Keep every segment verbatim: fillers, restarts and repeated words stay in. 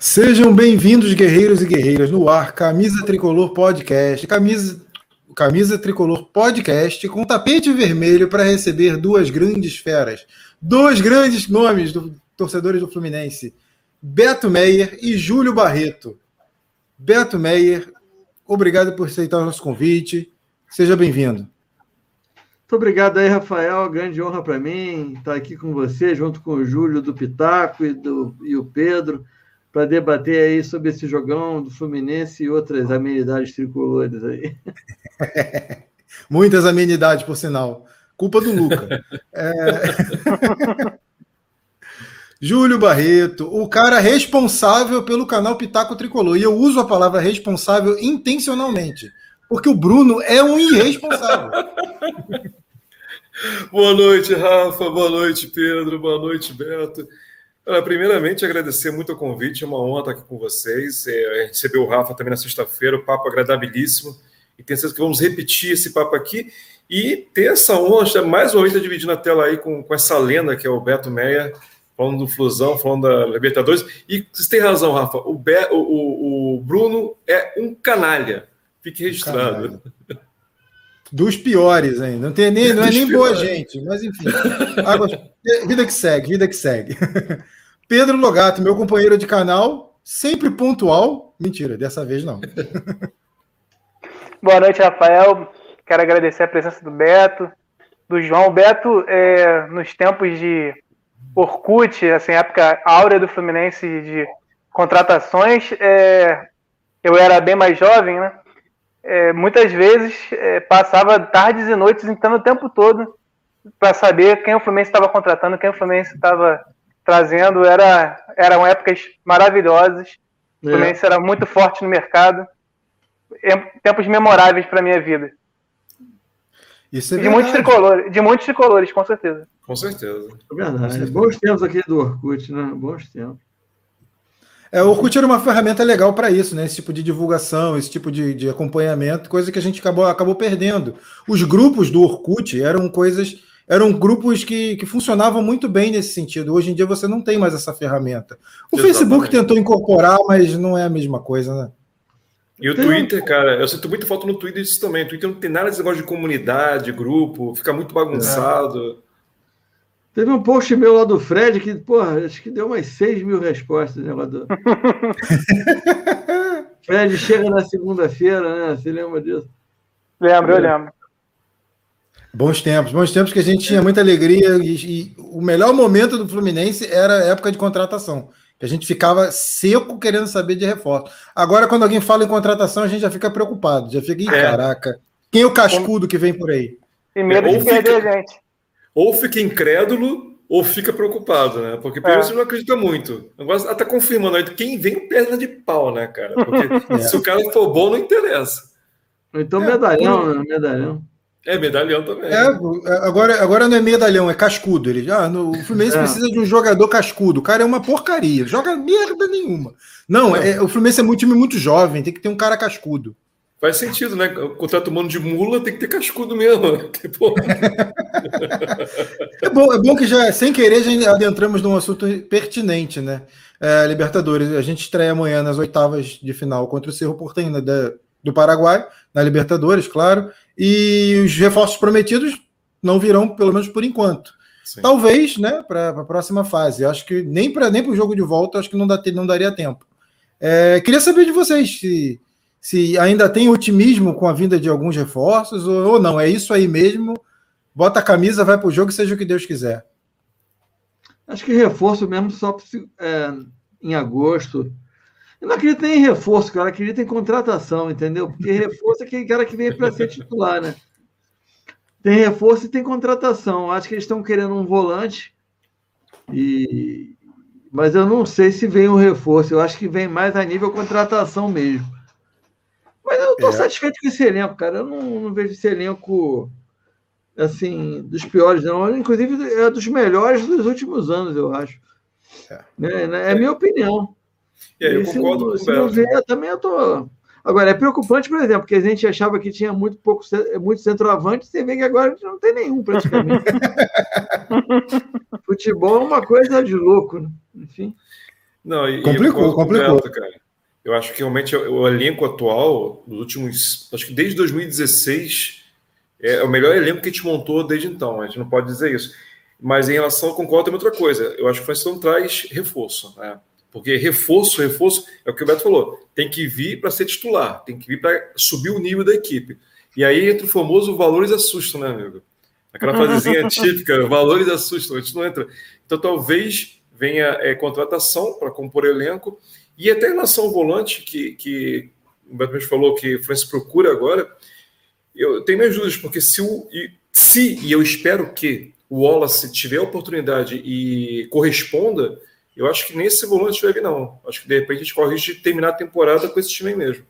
Sejam bem-vindos, guerreiros e guerreiras, no ar, Camisa Tricolor Podcast, Camisa, Camisa Tricolor Podcast com tapete vermelho para receber duas grandes feras, dois grandes nomes dos torcedores do Fluminense, Beto Meyer e Júlio Barreto. Beto Meyer, obrigado por aceitar o nosso convite, seja bem-vindo. Muito obrigado aí, Rafael, grande honra para mim estar aqui com você, junto com o Júlio do Pitaco e, do, e o Pedro, para debater aí sobre esse jogão do Fluminense e outras amenidades tricolores aí. Muitas amenidades, por sinal. Culpa do Luca. É... Júlio Barreto, o cara responsável pelo canal Pitaco Tricolor. E eu uso a palavra responsável intencionalmente, porque o Bruno é um irresponsável. Boa noite, Rafa. Boa noite, Pedro. Boa noite, Beto. Primeiramente, agradecer muito o convite, é uma honra estar aqui com vocês. É, recebeu o Rafa também na sexta-feira, um papo agradabilíssimo, e tenho certeza que vamos repetir esse papo aqui e ter essa honra, mais uma vez, estar dividindo a tela aí com, com essa lenda que é o Beto Meyer, falando do Flusão, falando da Libertadores. E vocês têm razão, Rafa, o, Be, o, o Bruno é um canalha, fique registrado. Canalha. Dos piores ainda, não, tem nem, não é nem boa gente, mas enfim. Água, vida que segue, vida que segue. Pedro Logato, meu companheiro de canal, sempre pontual. Mentira, dessa vez não. Boa noite, Rafael. Quero agradecer a presença do Beto, do João. O Beto, é, nos tempos de Orkut, assim, época áurea do Fluminense de contratações, é, eu era bem mais jovem, né? É, muitas vezes é, passava tardes e noites entrando o tempo todo para saber quem o Fluminense estava contratando, quem o Fluminense estava trazendo. Era, eram épocas maravilhosas. O é. Fluminense era muito forte no mercado. Tempos memoráveis para a minha vida. Isso é de, muitos tricolores, de muitos tricolores, com certeza. Com certeza. É verdade. Bons tempos aqui do Orkut, né? Bons tempos. É, o Orkut era uma ferramenta legal para isso, né? Esse tipo de divulgação, esse tipo de, de acompanhamento, coisa que a gente acabou, acabou perdendo. Os grupos do Orkut eram coisas, eram grupos que, que funcionavam muito bem nesse sentido. Hoje em dia você não tem mais essa ferramenta. O Exatamente. Facebook tentou incorporar, mas não é a mesma coisa, né? E o Twitter, cara, eu sinto muito falta no Twitter disso também. O Twitter não tem nada desse negócio de comunidade, grupo, fica muito bagunçado. É. Teve um post meu lá do Fred que, porra, acho que deu umas seis mil respostas, né, lá do... Fred chega na segunda-feira, né? Você lembra disso? Lembro, eu lembro. Bons tempos, bons tempos que a gente tinha muita alegria e, e o melhor momento do Fluminense era a época de contratação, que a gente ficava seco querendo saber de reforço. Agora, quando alguém fala em contratação, a gente já fica preocupado, já fica, ih, é. caraca, quem é o cascudo que vem por aí? Tem medo é, de perder fica... a gente. Ou fica incrédulo, ou fica preocupado, né? Porque primeiro é. você não acredita muito. Agora até confirmando, aí quem vem perna de pau, né, cara? Porque é. se o cara for bom, não interessa. Então, é. medalhão, né? Medalhão. É, medalhão também. É, agora, agora não é medalhão, é cascudo. Ele, ah, no, o Fluminense é. precisa de um jogador cascudo. O cara é uma porcaria, joga merda nenhuma. Não, é. É, o Fluminense é um time muito jovem, tem que ter um cara cascudo. Faz sentido, né? O contrato humano de mula tem que ter cascudo mesmo. Tipo... é, bom, é bom que já, sem querer, já adentramos num assunto pertinente, né? É, Libertadores, a gente estreia amanhã nas oitavas de final contra o Cerro Porteño, né, da, do Paraguai, na Libertadores, claro, e os reforços prometidos não virão, pelo menos por enquanto. Sim. Talvez, né, para a próxima fase. Acho que nem para nem o jogo de volta, acho que não, dá, não daria tempo. É, queria saber de vocês se... se ainda tem otimismo com a vinda de alguns reforços, ou, ou não, é isso aí mesmo, bota a camisa, vai para o jogo, seja o que Deus quiser. Acho que reforço mesmo só é, em agosto. Eu não acredito nem em reforço, cara, eu acredito em contratação, entendeu? Porque reforço é aquele cara que vem para ser titular, né? Tem reforço e tem contratação. Acho que eles estão querendo um volante, e... mas eu não sei se vem um reforço, eu acho que vem mais a nível contratação mesmo. Mas eu estou é. satisfeito com esse elenco, cara. Eu não, não vejo esse elenco, assim, dos piores, não. Inclusive, é dos melhores dos últimos anos, eu acho. É, é, é, é minha opinião. E aí, eu e concordo se, com o Beto. Se não ver, também eu tô... Agora, é preocupante, por exemplo, porque a gente achava que tinha muito pouco, muito centroavante, você vê que agora a gente não tem nenhum, praticamente. Futebol é uma coisa de louco, né? Enfim... Não, e, complicou, e complicou. Beto, cara. Eu acho que realmente o elenco atual, nos últimos. Acho que desde dois mil e dezesseis, é o melhor elenco que a gente montou desde então. A gente não pode dizer isso. Mas em relação ao concordo, tem outra coisa. Eu acho que o Fluminense não traz reforço, né? Porque reforço, reforço, é o que o Beto falou. Tem que vir para ser titular, tem que vir para subir o nível da equipe. E aí entra o famoso valores assustam, né, amigo? Aquela frasezinha típica, valores assustam, a gente não entra. Então talvez venha é, contratação para compor elenco. E até em relação ao volante, que, que o Beto mesmo falou que o Fluminense procura agora, eu tenho minhas dúvidas, porque se, o, e, se, e eu espero que o Wallace tiver a oportunidade e corresponda, eu acho que nesse volante vai vir, não. Acho que de repente a gente corre de terminar a temporada com esse time aí mesmo.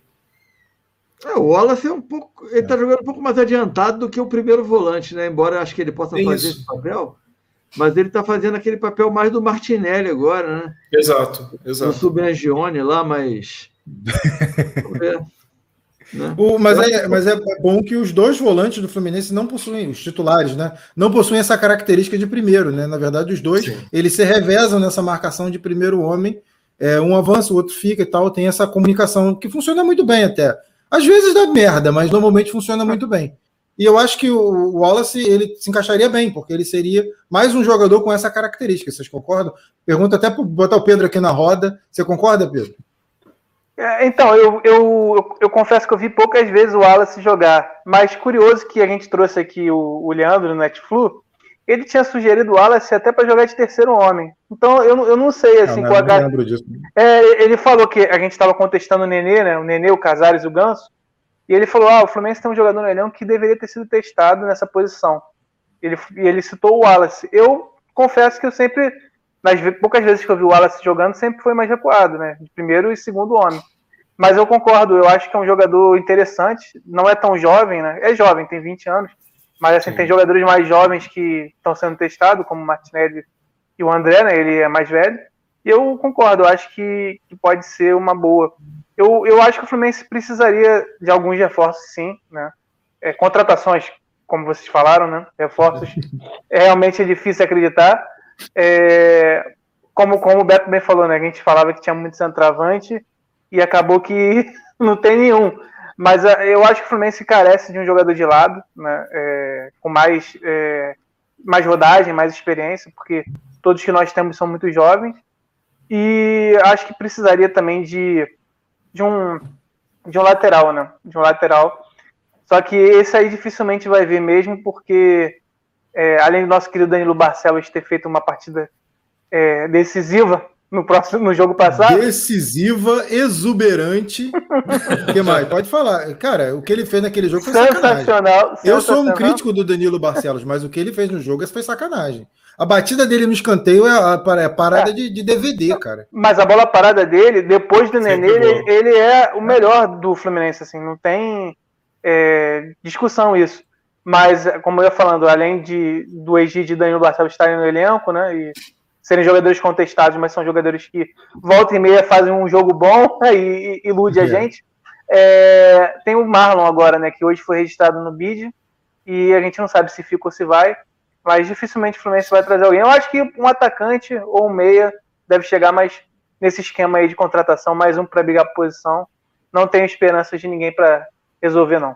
É, o Wallace é um pouco. Ele está jogando um pouco mais adiantado do que o primeiro volante, né? Embora eu acho que ele possa é fazer isso. esse papel, mas ele está fazendo aquele papel mais do Martinelli agora, né? Exato, exato. Do Subrangione lá, mas. Vamos ver. Né? O, mas, é, mas é bom que os dois volantes do Fluminense não possuem, os titulares, né? Não possuem essa característica de primeiro, né? Na verdade, os dois, Sim. eles se revezam nessa marcação de primeiro homem, é, um avança, o outro fica e tal, tem essa comunicação que funciona muito bem até. Às vezes dá merda, mas normalmente funciona muito bem. E eu acho que o Wallace, ele se encaixaria bem, porque ele seria mais um jogador com essa característica, vocês concordam? Pergunta até para botar o Pedro aqui na roda, você concorda, Pedro? Então, eu, eu, eu, eu confesso que eu vi poucas vezes o Wallace jogar, mas curioso que a gente trouxe aqui o, o Leandro no Netflu, ele tinha sugerido o Wallace até para jogar de terceiro homem. Então, eu, eu não sei, assim... Não, não, não lembro disso. É, ele falou que a gente estava contestando o Nenê, né? O Nenê, o Casares e o Ganso, e ele falou, ah, o Fluminense tem um jogador no elenco que deveria ter sido testado nessa posição. Ele, e ele citou o Wallace. Eu confesso que eu sempre, nas poucas vezes que eu vi o Wallace jogando, sempre foi mais recuado, né? De primeiro e segundo homem. Mas eu concordo, eu acho que é um jogador interessante, não é tão jovem, né? É jovem, tem vinte anos, mas assim, Sim. tem jogadores mais jovens que estão sendo testados, como o Martinelli e o André, né? Ele é mais velho. E eu concordo, eu acho que, que pode ser uma boa. Eu, eu acho que o Fluminense precisaria de alguns reforços, sim, né? É, contratações, como vocês falaram, né? Reforços, é, realmente é difícil acreditar. É, como, como o Beto bem falou, né? A gente falava que tinha muito centroavante, e acabou que não tem nenhum. Mas eu acho que o Fluminense carece de um jogador de lado, né, é, com mais, é, mais rodagem, mais experiência, porque todos que nós temos são muito jovens. E acho que precisaria também de, de, um, de um lateral, né? De um lateral. Só que esse aí dificilmente vai ver mesmo, porque é, além do nosso querido Danilo Barcelos ter feito uma partida é, decisiva, No, próximo, no jogo passado. Decisiva, exuberante. O que mais? Pode falar. Cara, o que ele fez naquele jogo foi sensacional, sacanagem. Eu sou um sensacional. crítico do Danilo Barcelos, mas o que ele fez no jogo foi sacanagem. A batida dele no escanteio é a, a parada é. de, de D V D, cara. Mas a bola parada dele, depois do Nenê, ele, ele é o melhor do Fluminense, assim, não tem é, discussão isso. Mas, como eu ia falando, além de, do Egídio e Danilo Barcelos estarem no elenco, né, e serem jogadores contestados, mas são jogadores que volta e meia fazem um jogo bom e, e ilude é. a gente. É, tem o Marlon agora, né, que hoje foi registrado no B I D, e a gente não sabe se fica ou se vai, mas dificilmente o Fluminense vai trazer alguém. Eu acho que um atacante ou um meia deve chegar mais nesse esquema aí de contratação, mais um para brigar por posição. Não tenho esperança de ninguém para resolver, não.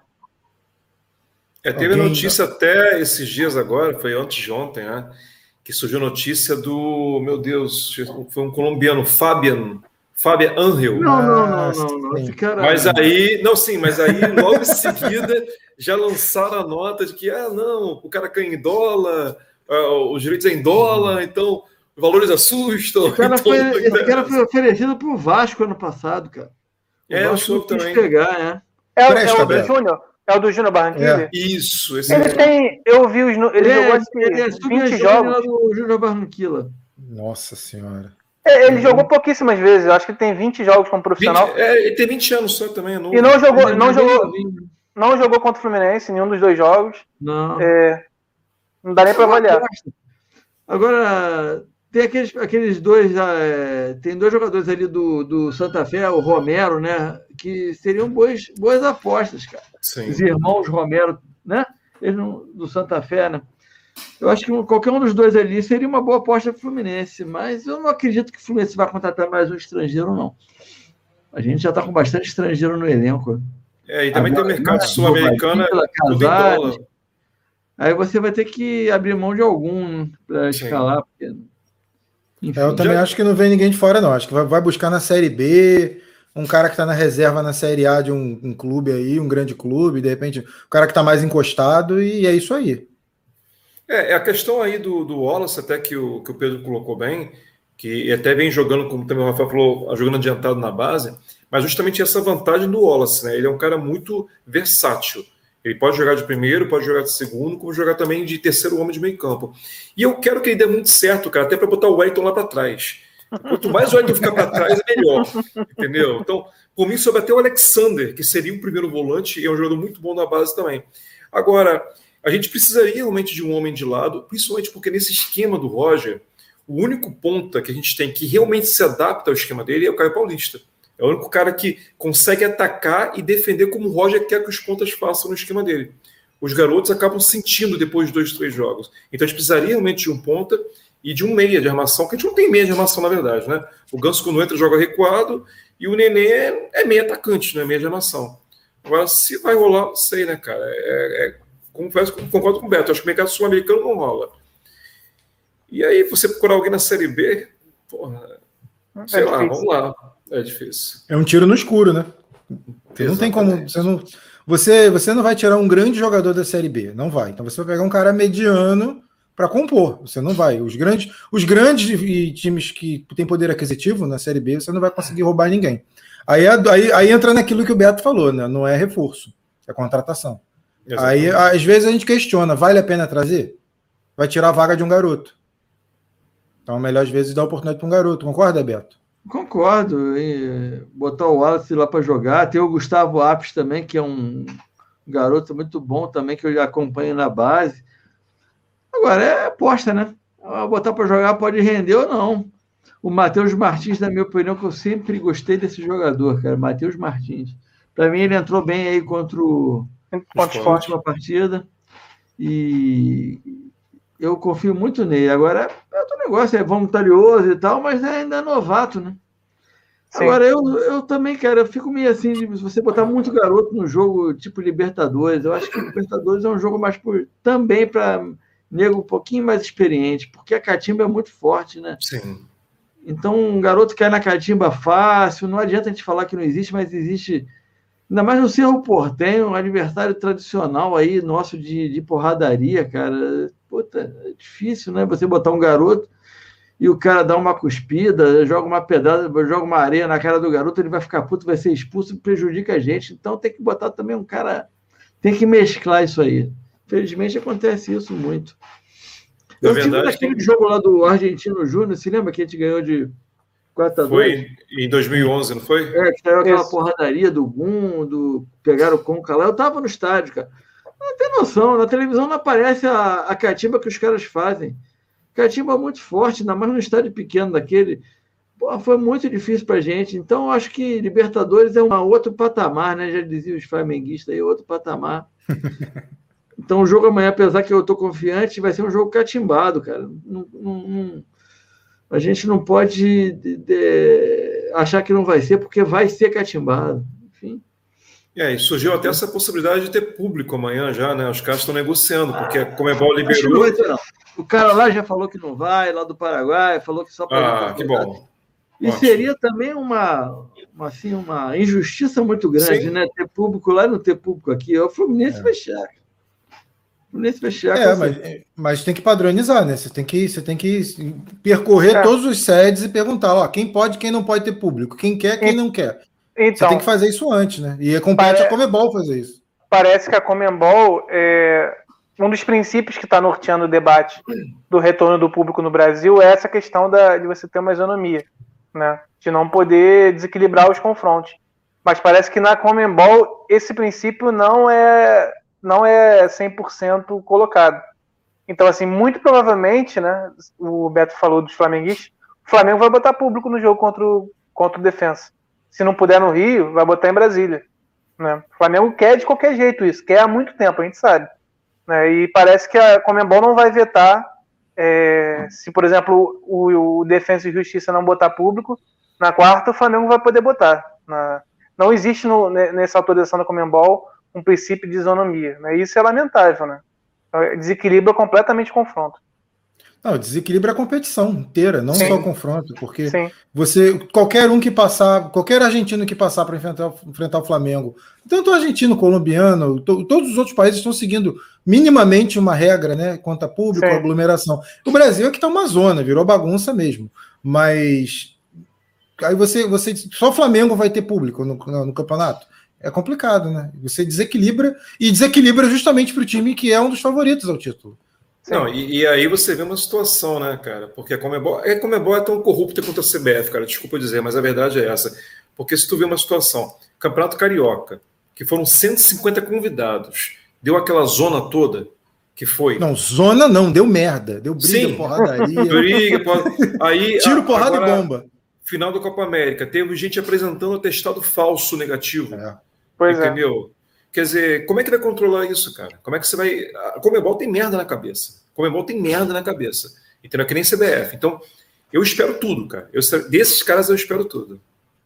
É, teve notícia até esses dias agora, foi antes de ontem, né? Que surgiu notícia do, meu Deus, foi um colombiano, Fabian, Fabian Angel. Não, não, não, não, não. Esse cara... Mas aí, não, sim, mas aí logo em seguida já lançaram a nota de que, ah, não, o cara ganha em dólar, uh, os direitos é em dólar, então valores assustam. Esse cara, então, foi, esse cara foi oferecido pro Vasco ano passado, cara. O é, Vasco eu também. pegar, é. É, é o do Júnior? É o do Júnior Barranquilla? É. Isso. Esse ele é. tem, eu vi os, ele, ele jogou assim, ele é vinte jogos. Do Júnior Barranquilla. Nossa senhora. É, ele uhum. jogou pouquíssimas vezes, eu acho que ele tem vinte jogos como profissional. vinte, é, ele tem vinte anos só também, é novo. E não jogou, é, não jogou, não jogou contra o Fluminense, nenhum dos dois jogos. Não. É, não dá nem para avaliar. Agora, tem aqueles, aqueles dois, é, tem dois jogadores ali do, do Santa Fé, o Romero, né, que seriam boas, boas apostas, cara. Sim. Os irmãos Romero, né, eles não, do Santa Fé, né. Eu acho que qualquer um dos dois ali seria uma boa aposta para o Fluminense, mas eu não acredito que o Fluminense vai contratar mais um estrangeiro, não. A gente já está com bastante estrangeiro no elenco. É, e também agora, tem o mercado sul-americano, tudo em dólar. Aí você vai ter que abrir mão de algum para escalar. Porque, enfim, eu também já... acho que não vem ninguém de fora, não. Acho que vai, vai buscar na Série B, um cara que está na reserva na Série A de um, um clube aí, um grande clube, de repente, o cara que está mais encostado, e é isso aí. É, é a questão aí do, do Wallace, até que o, que o Pedro colocou bem, que até vem jogando, como também o Rafael falou, jogando adiantado na base, mas justamente essa vantagem do Wallace, né? Ele é um cara muito versátil. Ele pode jogar de primeiro, pode jogar de segundo, como jogar também de terceiro homem de meio campo. E eu quero que ele dê muito certo, cara, até para botar o Wellington lá para trás. Quanto mais o Wellington ficar para trás, é melhor. Entendeu? Então, por mim, soube até o Alexander, que seria o primeiro volante, e é um jogador muito bom na base também. Agora, a gente precisaria realmente de um homem de lado, principalmente porque nesse esquema do Roger, o único ponta que a gente tem que realmente se adapta ao esquema dele é o Caio Paulista. É o único cara que consegue atacar e defender como o Roger quer que os pontas façam no esquema dele. Os garotos acabam sentindo depois de dois, três jogos. Então a gente precisaria realmente de um ponta e de um meia de armação, que a gente não tem meia de armação, na verdade, né? O Ganso, quando entra, joga recuado, e o Nenê é, é meia atacante, né? Meia de armação. Agora, se vai rolar, não sei, né, cara? É, é, confesso, concordo com o Beto, acho que o mercado sul-americano não rola. E aí, você procurar alguém na Série B, porra, sei é lá, difícil. Vamos lá. É difícil. É um tiro no escuro, né? Você não tem como. Você não, você, você não vai tirar um grande jogador da Série B. Não vai. Então você vai pegar um cara mediano para compor. Você não vai. Os grandes, os grandes times que têm poder aquisitivo na Série B, você não vai conseguir roubar ninguém. Aí, aí, aí entra naquilo que o Beto falou, né? Não é reforço, é contratação. Exatamente. Aí, às vezes, a gente questiona: vale a pena trazer? Vai tirar a vaga de um garoto. Então, melhor às vezes dar oportunidade para um garoto. Concorda, Beto? Concordo. E botar o Wallace lá para jogar. Tem o Gustavo Apes também, que é um garoto muito bom também, que eu já acompanho na base. Agora, é aposta, né? Botar para jogar pode render ou não. O Matheus Martins, na minha opinião, que eu sempre gostei desse jogador, cara. Matheus Martins. Para mim, ele entrou bem aí contra o contra a última partida. E eu confio muito nele. Agora, é outro negócio, é voluntarioso e tal, mas ainda é novato, né? Sim. Agora, eu, eu também, cara, eu fico meio assim, de, se você botar muito garoto no jogo tipo Libertadores, eu acho que o Libertadores é um jogo mais por, também para nego um pouquinho mais experiente, porque a catimba é muito forte, né? Sim. Então, um garoto cai na catimba fácil, não adianta a gente falar que não existe, mas existe, ainda mais no Cerro Porteño, um adversário tradicional aí, nosso de, de porradaria, cara. Puta, é difícil, né? Você botar um garoto e o cara dá uma cuspida, joga uma pedrada, joga uma areia na cara do garoto, ele vai ficar puto, vai ser expulso, prejudica a gente. Então tem que botar também um cara, tem que mesclar isso aí. Infelizmente acontece isso muito. Na Eu verdade, tive naquele tem... jogo lá do Argentino Júnior, se lembra que a gente ganhou de quatro a dois? Foi em dois mil e onze, não foi? É, que saiu aquela Isso. porradaria do Gum, do... pegaram o Conca lá. Eu tava no estádio, cara. Não tem noção, na televisão não aparece a, a catimba que os caras fazem. Catimba muito forte, ainda mais no estádio pequeno daquele. Pô, foi muito difícil pra gente. Então, eu acho que Libertadores é um outro patamar, né? Já diziam os flamenguistas aí, outro patamar. Então, o jogo amanhã, apesar que eu tô confiante, vai ser um jogo catimbado, cara. Não, não, não... A gente não pode de, de... achar que não vai ser, porque vai ser catimbado. Enfim. É, e surgiu até essa possibilidade de ter público amanhã já, né? Os caras estão negociando, porque a Conmebol liberou. Não vai ter, não. O cara lá já falou que não vai, lá do Paraguai, falou que só para. Ah, que bom. E Ótimo. Seria também uma, uma, assim, uma injustiça muito grande, Sim. né? Ter público lá e não ter público aqui. O Fluminense é. vai chegar. O Fluminense vai chegar. É, mas, mas tem que padronizar, né? Você tem que, você tem que percorrer é. todos os sedes e perguntar, ó, quem pode, quem não pode ter público, quem quer, quem não quer. Então, você tem que fazer isso antes, né? E compete pare... a Conmebol fazer isso. Parece que a Conmebol é um dos princípios que está norteando o debate do retorno do público no Brasil é essa questão da, de você ter uma isonomia, né? De não poder desequilibrar os confrontos. Mas parece que na Conmebol esse princípio não é, não é cem por cento colocado. Então, assim, muito provavelmente, né? O Beto falou dos flamenguistas, o Flamengo vai botar público no jogo contra o, contra o Defensa. Se não puder no Rio, vai botar em Brasília, né? O Flamengo quer de qualquer jeito isso, quer há muito tempo, a gente sabe. né? E parece que a Conmebol não vai vetar, é, se, por exemplo, o, o Defensa e Justiça não botar público, na quarta o Flamengo vai poder botar. Na, não existe no, nessa autorização da Conmebol um princípio de isonomia, né? Isso é lamentável, né? Desequilibra completamente o confronto. Não, desequilibra a competição inteira, não Sim. só o confronto, porque Sim. você, qualquer um que passar, qualquer argentino que passar para enfrentar, enfrentar o Flamengo, tanto o argentino, colombiano, to, todos os outros países estão seguindo minimamente uma regra, né, quanto a público, Sim. aglomeração. O Brasil é que está uma zona, virou bagunça mesmo, mas aí você, você só o Flamengo vai ter público no, no, no campeonato. É complicado, né? Você desequilibra, e desequilibra justamente para o time que é um dos favoritos ao título. Não, e, e aí você vê uma situação, né, cara? Porque a Conmebol, a Conmebol é tão corrupta quanto a C B F, cara, desculpa dizer, mas a verdade é essa. Porque se tu vê uma situação, Campeonato Carioca, que foram cento e cinquenta convidados, deu aquela zona toda, que foi... Não, zona não, deu merda, deu briga, Sim, porradaria. briga, porra... aí... Tiro, porrada agora, e bomba. Final da Copa América, teve gente apresentando atestado falso negativo. É. Pois entendeu? É. Quer dizer, como é que vai controlar isso, cara? Como é que você vai... A Conmebol tem merda na cabeça. A Conmebol tem merda na cabeça. Entendeu? Que nem C B F. Então, eu espero tudo, cara. Eu, desses caras eu espero tudo.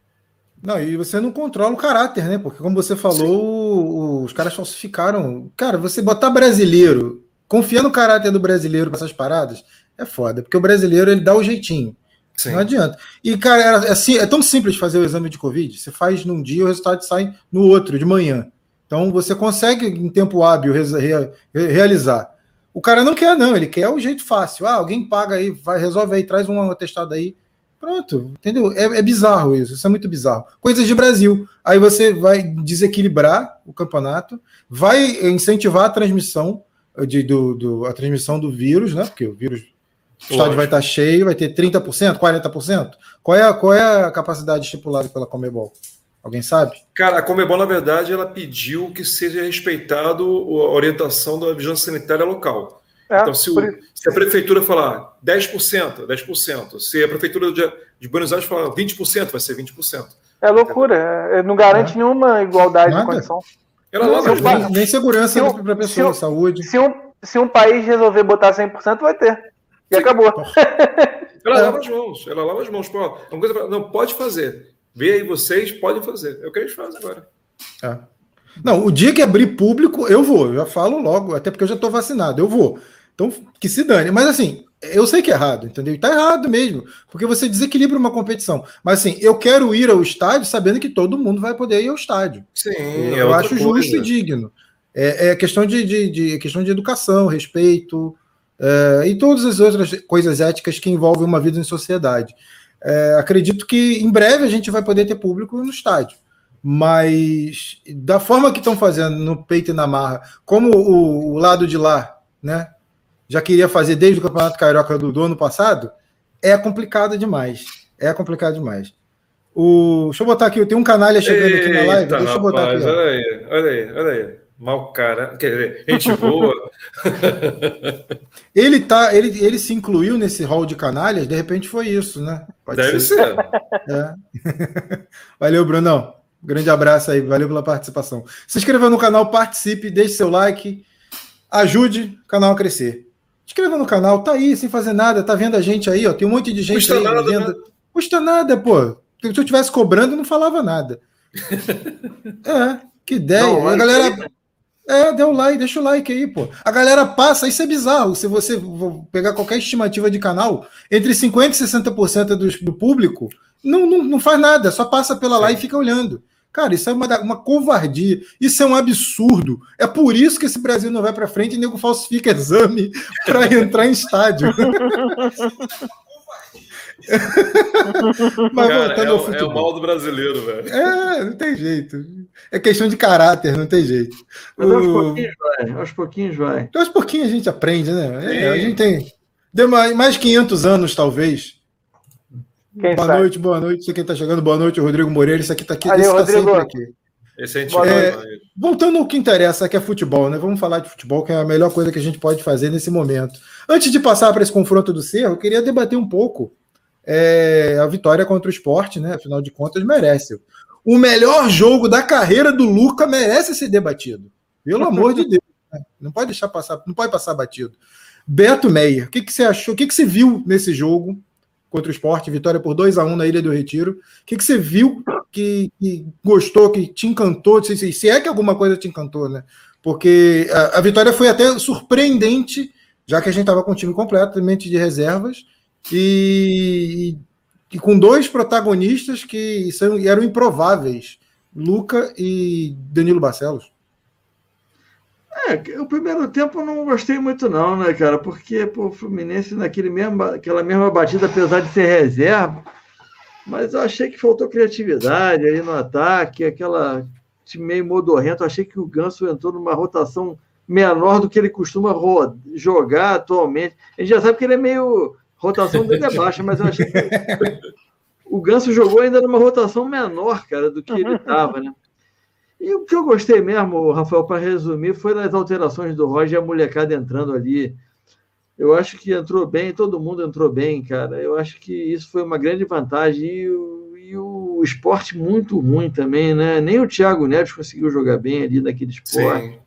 Não, e você não controla o caráter, né? Porque, como você falou, os caras falsificaram. Cara, você botar brasileiro, confiar no caráter do brasileiro com essas paradas, é foda. Porque o brasileiro, ele dá o jeitinho. Sim. Não adianta. E, cara, é, assim, é tão simples fazer o exame de Covid. Você faz num dia, o resultado sai no outro, de manhã. Então, você consegue, em tempo hábil, re- realizar. O cara não quer, não. Ele quer o jeito fácil. Ah, alguém paga aí, vai, resolve aí, traz um atestado aí. Pronto, entendeu? É, é bizarro isso. Isso é muito bizarro. Coisas de Brasil. Aí você vai desequilibrar o campeonato, vai incentivar a transmissão, de, do, do, a transmissão do vírus, né? Porque o vírus... O estádio vai estar cheio, vai ter trinta por cento, quarenta por cento? Qual é a, qual é a capacidade estipulada pela Conmebol? Alguém sabe? Cara, a Conmebol, na verdade, ela pediu que seja respeitado a orientação da vigilância sanitária local. É, então, se, o, se a prefeitura falar dez por cento, dez por cento. Se a prefeitura de, de Buenos Aires falar vinte por cento, vai ser vinte por cento. É loucura. É, não garante é. nenhuma igualdade Nada. de condição. Ela não, não, nem, nem segurança para a pessoa, se, saúde. Se um, se um país resolver botar cem por cento, vai ter. E Sim. acabou. Ela é. lava as mãos. Ela lava as mãos. Pô, uma coisa, não, pode fazer. Vê aí vocês, podem fazer. É o que eles fazem agora. É. Não, o dia que abrir público, eu vou. Eu já falo logo, até porque eu já estou vacinado. Eu vou. Então, que se dane. Mas assim, eu sei que é errado, entendeu? E tá errado mesmo. Porque você desequilibra uma competição. Mas assim, eu quero ir ao estádio sabendo que todo mundo vai poder ir ao estádio. Sim, eu é acho justo e digno. É, é questão de, de, de, questão de educação, respeito... É, e todas as outras coisas éticas que envolvem uma vida em sociedade. É, acredito que em breve a gente vai poder ter público no estádio, mas da forma que estão fazendo no peito e na marra, como o, o lado de lá, né, já queria fazer desde o Campeonato Carioca do, do ano passado, é complicado demais. É complicado demais. O, deixa eu botar aqui, eu tenho um canalha chegando Eita, aqui na live. Deixa eu botar rapaz, aqui. Olha aí, olha aí, olha aí. Mau cara, quer dizer, gente boa. ele, tá, ele, ele se incluiu nesse hall de canalhas, de repente foi isso, né? Pode Deve ser. ser. É. Valeu, Brunão. Grande abraço aí, valeu pela participação. Se inscreva no canal, participe, deixe seu like, ajude o canal a crescer. Se inscreva no canal, tá aí, sem fazer nada, tá vendo a gente aí, ó. Tem um monte de gente Custa aí nada, vendo. Né? Custa nada, pô. Se eu estivesse cobrando, eu não falava nada. É, que ideia. Não, a galera. É, dê o like, deixa o like aí, pô. A galera passa, isso é bizarro. Se você pegar qualquer estimativa de canal, entre cinquenta por cento e sessenta por cento do, do público, não, não, não faz nada, só passa pela Sim. lá e fica olhando. Cara, isso é uma, uma covardia, isso é um absurdo. É por isso que esse Brasil não vai para frente e nego falsifica exame para entrar em estádio. Mas cara, voltando é, ao futebol. É o mal do brasileiro, velho. É, não tem jeito. É questão de caráter, não tem jeito. Mas o... aos pouquinhos vai, aos pouquinhos vai. Aos pouquinhos a gente aprende, né? É, a gente tem. Deu mais, mais quinhentos anos, talvez. Quem boa sabe? noite, boa noite. Você quem está chegando, boa noite, Rodrigo Moreira. Isso aqui está aqui. Valeu, esse tá Rodrigo. sempre aqui. Esse a gente é, voltando ao que interessa, que é futebol, né? Vamos falar de futebol, que é a melhor coisa que a gente pode fazer nesse momento. Antes de passar para esse confronto do Cerro, eu queria debater um pouco é, a vitória contra o Sport, né? Afinal de contas, merece. O melhor jogo da carreira do Luca merece ser debatido. Pelo amor de Deus. Não pode deixar passar, não pode passar batido. Beto Meyer, o que, que você achou? O que, que você viu nesse jogo contra o Sport? Vitória por dois a um na Ilha do Retiro. O que, que você viu que, que gostou, que te encantou? Se, se é que alguma coisa te encantou, né? Porque a, a vitória foi até surpreendente, já que a gente estava com o time completamente de reservas e, e, e com dois protagonistas que são, eram improváveis, Luca e Danilo Barcelos. É, o primeiro tempo eu não gostei muito não, né, cara? Porque pô, o Fluminense naquele mesmo, aquela mesma batida, apesar de ser reserva, mas eu achei que faltou criatividade aí no ataque, aquela time meio modorrento. Eu achei que o Ganso entrou numa rotação menor do que ele costuma jogar atualmente. A gente já sabe que ele é meio... rotação dele é baixa, mas eu achei que o Ganso jogou ainda numa rotação menor, cara, do que ele estava, né? E o que eu gostei mesmo, Rafael, para resumir, foi das alterações do Roger e a molecada entrando ali. Eu acho que entrou bem, todo mundo entrou bem, cara. Eu acho que isso foi uma grande vantagem. E o, e o esporte muito ruim também, né? Nem o Thiago Neves conseguiu jogar bem ali naquele esporte. Sim.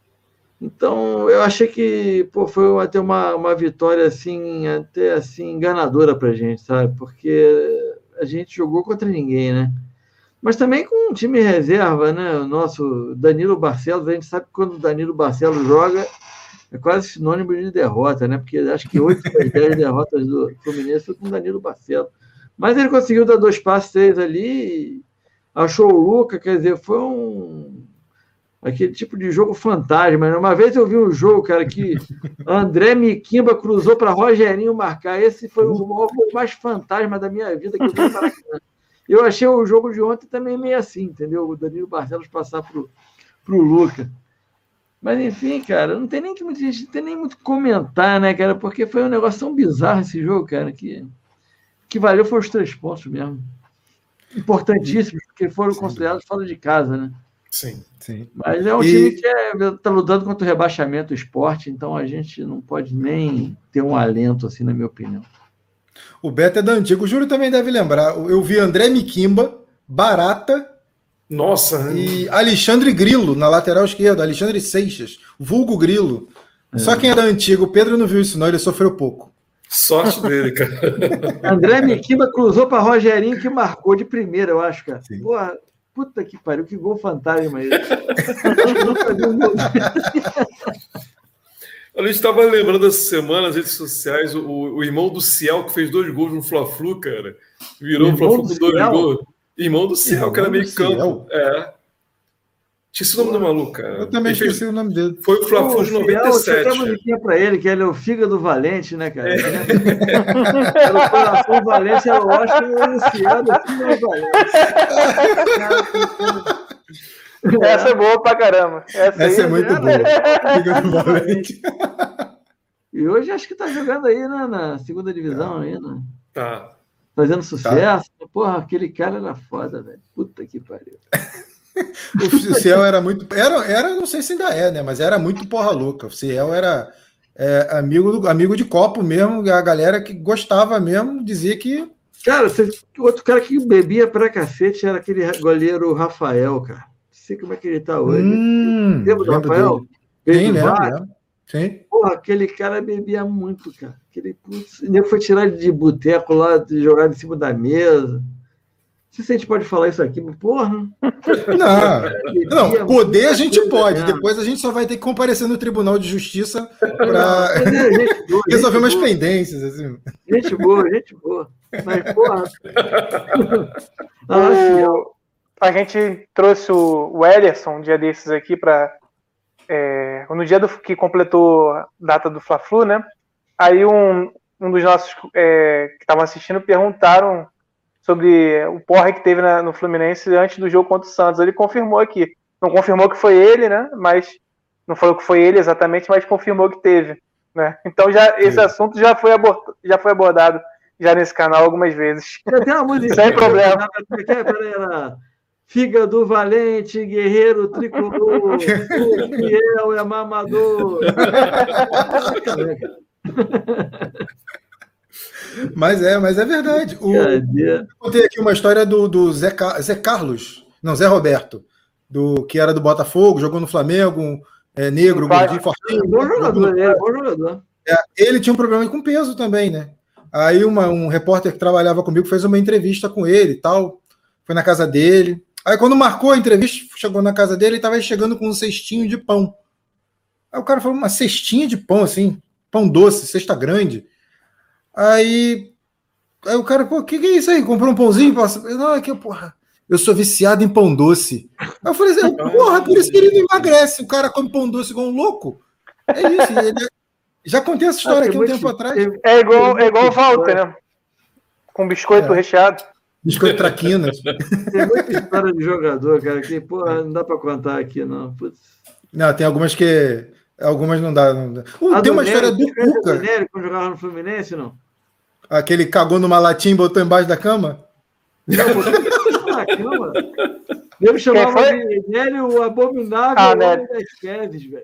Então, eu achei que pô, foi até uma, uma vitória assim, até assim, enganadora pra gente, sabe? Porque a gente jogou contra ninguém, né? Mas também com um time reserva, né? O nosso Danilo Barcelos, a gente sabe que quando o Danilo Barcelos joga, é quase sinônimo de derrota, né? Porque acho que oito das dez derrotas do Fluminense foi com o Danilo Barcelos. Mas ele conseguiu dar dois passes, três ali, achou o Luca, quer dizer, foi um... aquele tipo de jogo fantasma. Uma vez eu vi um jogo, cara, que André Miquimba cruzou para Rogerinho marcar. Esse foi o jogo mais fantasma da minha vida que eu vi no Maracanã. Eu achei o jogo de ontem também meio assim, entendeu? O Danilo Barcelos passar pro, pro Luca. Mas, enfim, cara, não tem nem que muita gente, não tem nem muito comentar, né, cara? Porque foi um negócio tão bizarro esse jogo, cara, que, que valeu foi os três pontos mesmo. Importantíssimos, porque foram considerados fora de casa, né? Sim, sim. Mas é um e... time que está é, lutando contra o rebaixamento do esporte, então a gente não pode nem ter um alento, assim, na minha opinião. O Beto é da antiga. O Júlio também deve lembrar. Eu vi André Miquimba, Barata. Nossa! E Alexandre Grilo na lateral esquerda. Alexandre Seixas, vulgo Grilo. É. Só quem é da antiga. O Pedro não viu isso, não. Ele sofreu pouco. Sorte dele, cara. André Miquimba cruzou para Rogerinho, que marcou de primeira, eu acho, cara. Sim. Porra, puta que pariu, que gol fantasma aí. A gente estava lembrando essa semana nas redes sociais o, o irmão do Ciel que fez dois gols no Fla-Flu, cara. Virou o Fla-Flu com dois gols. Irmão do Ciel, irmão que era meio campo. É. Esqueci o nome do maluco, cara. Eu também ele esqueci fez... o nome dele. Foi o Fla-Flu de noventa e sete. Eu musiquinha pra ele, que ele é o Fígado Valente, né, cara? É. Era o Coração Valente, era o Oscar e o Ciel do Fígado Valente. Essa é boa pra caramba. Essa, Essa é muito boa. E hoje acho que tá jogando aí, né, na segunda divisão tá. Aí, né? Tá. Fazendo sucesso. Tá. Porra, aquele cara era foda, velho. Puta que pariu. O Ciel era muito. Era, era, não sei se ainda é, né? Mas era muito porra louca. O Ciel era é, amigo, do, amigo de copo mesmo. A galera que gostava mesmo dizia que. Cara, outro cara que bebia pra cacete era aquele goleiro Rafael, cara. Sei como é que ele tá hoje. Hum, lembra do Rafael? Sim, lembro. Sim. Porra, aquele cara bebia muito, cara. Aquele putz, ele foi tirar ele de boteco lá, de jogar em cima da mesa. Não sei se a gente pode falar isso aqui, mas porra. Não, não poder a gente pode. Mesmo. Depois a gente só vai ter que comparecer no Tribunal de Justiça para é, resolver umas boa. pendências. Assim. Gente boa, gente boa. Mas, porra. Ah, assim, eu... A gente trouxe o Ellerson um dia desses aqui para é, no dia do, que completou a data do Fla-Flu, né? Aí um, um dos nossos é, que estavam assistindo perguntaram sobre o porre que teve na, no Fluminense antes do jogo contra o Santos. Ele confirmou aqui. Não confirmou que foi ele, né? Mas não falou que foi ele exatamente, mas confirmou que teve, né? Então já esse Sim. assunto já foi, abord, já foi abordado já nesse canal algumas vezes. Tem uma música sem problema. Peraí, Fígado Valente, Guerreiro Tricolor, o Fiel é mamador. Mas é, mas é verdade. O, eu contei aqui uma história do, do Zé, Zé Carlos, não, Zé Roberto, do, que era do Botafogo, jogou no Flamengo, é, negro, gordinho, fortinho. Bom jogador, ele é bom jogador. É, ele tinha um problema com peso também, né? Aí uma, um repórter que trabalhava comigo fez uma entrevista com ele e tal, foi na casa dele. Aí quando marcou a entrevista, chegou na casa dele e estava chegando com um cestinho de pão. Aí o cara falou, uma cestinha de pão, assim, pão doce, cesta grande. Aí, aí o cara, pô, o que, que é isso aí? Comprou um pãozinho? Não, é que, porra, eu sou viciado em pão doce. Aí eu falei assim, porra, por isso que ele não emagrece. O cara come pão doce igual um louco. É isso, ele... Já contei essa história ah, aqui um muito, tempo atrás. É igual, é igual o Walter, né? Com biscoito é. recheado. Biscoito traquinas. Tem muita história de jogador, cara, que, porra, não dá pra contar aqui, não. Putz. Não, tem algumas que... Algumas não dá. Não dá. Uh, tem uma Nery, história do Cuca. Do Nery, quando jogava no Fluminense, não? Aquele cagou numa latinha e botou embaixo da cama? Não, botou na cama. Ele chamava de Nery o abominável ah, homem das Keves, velho.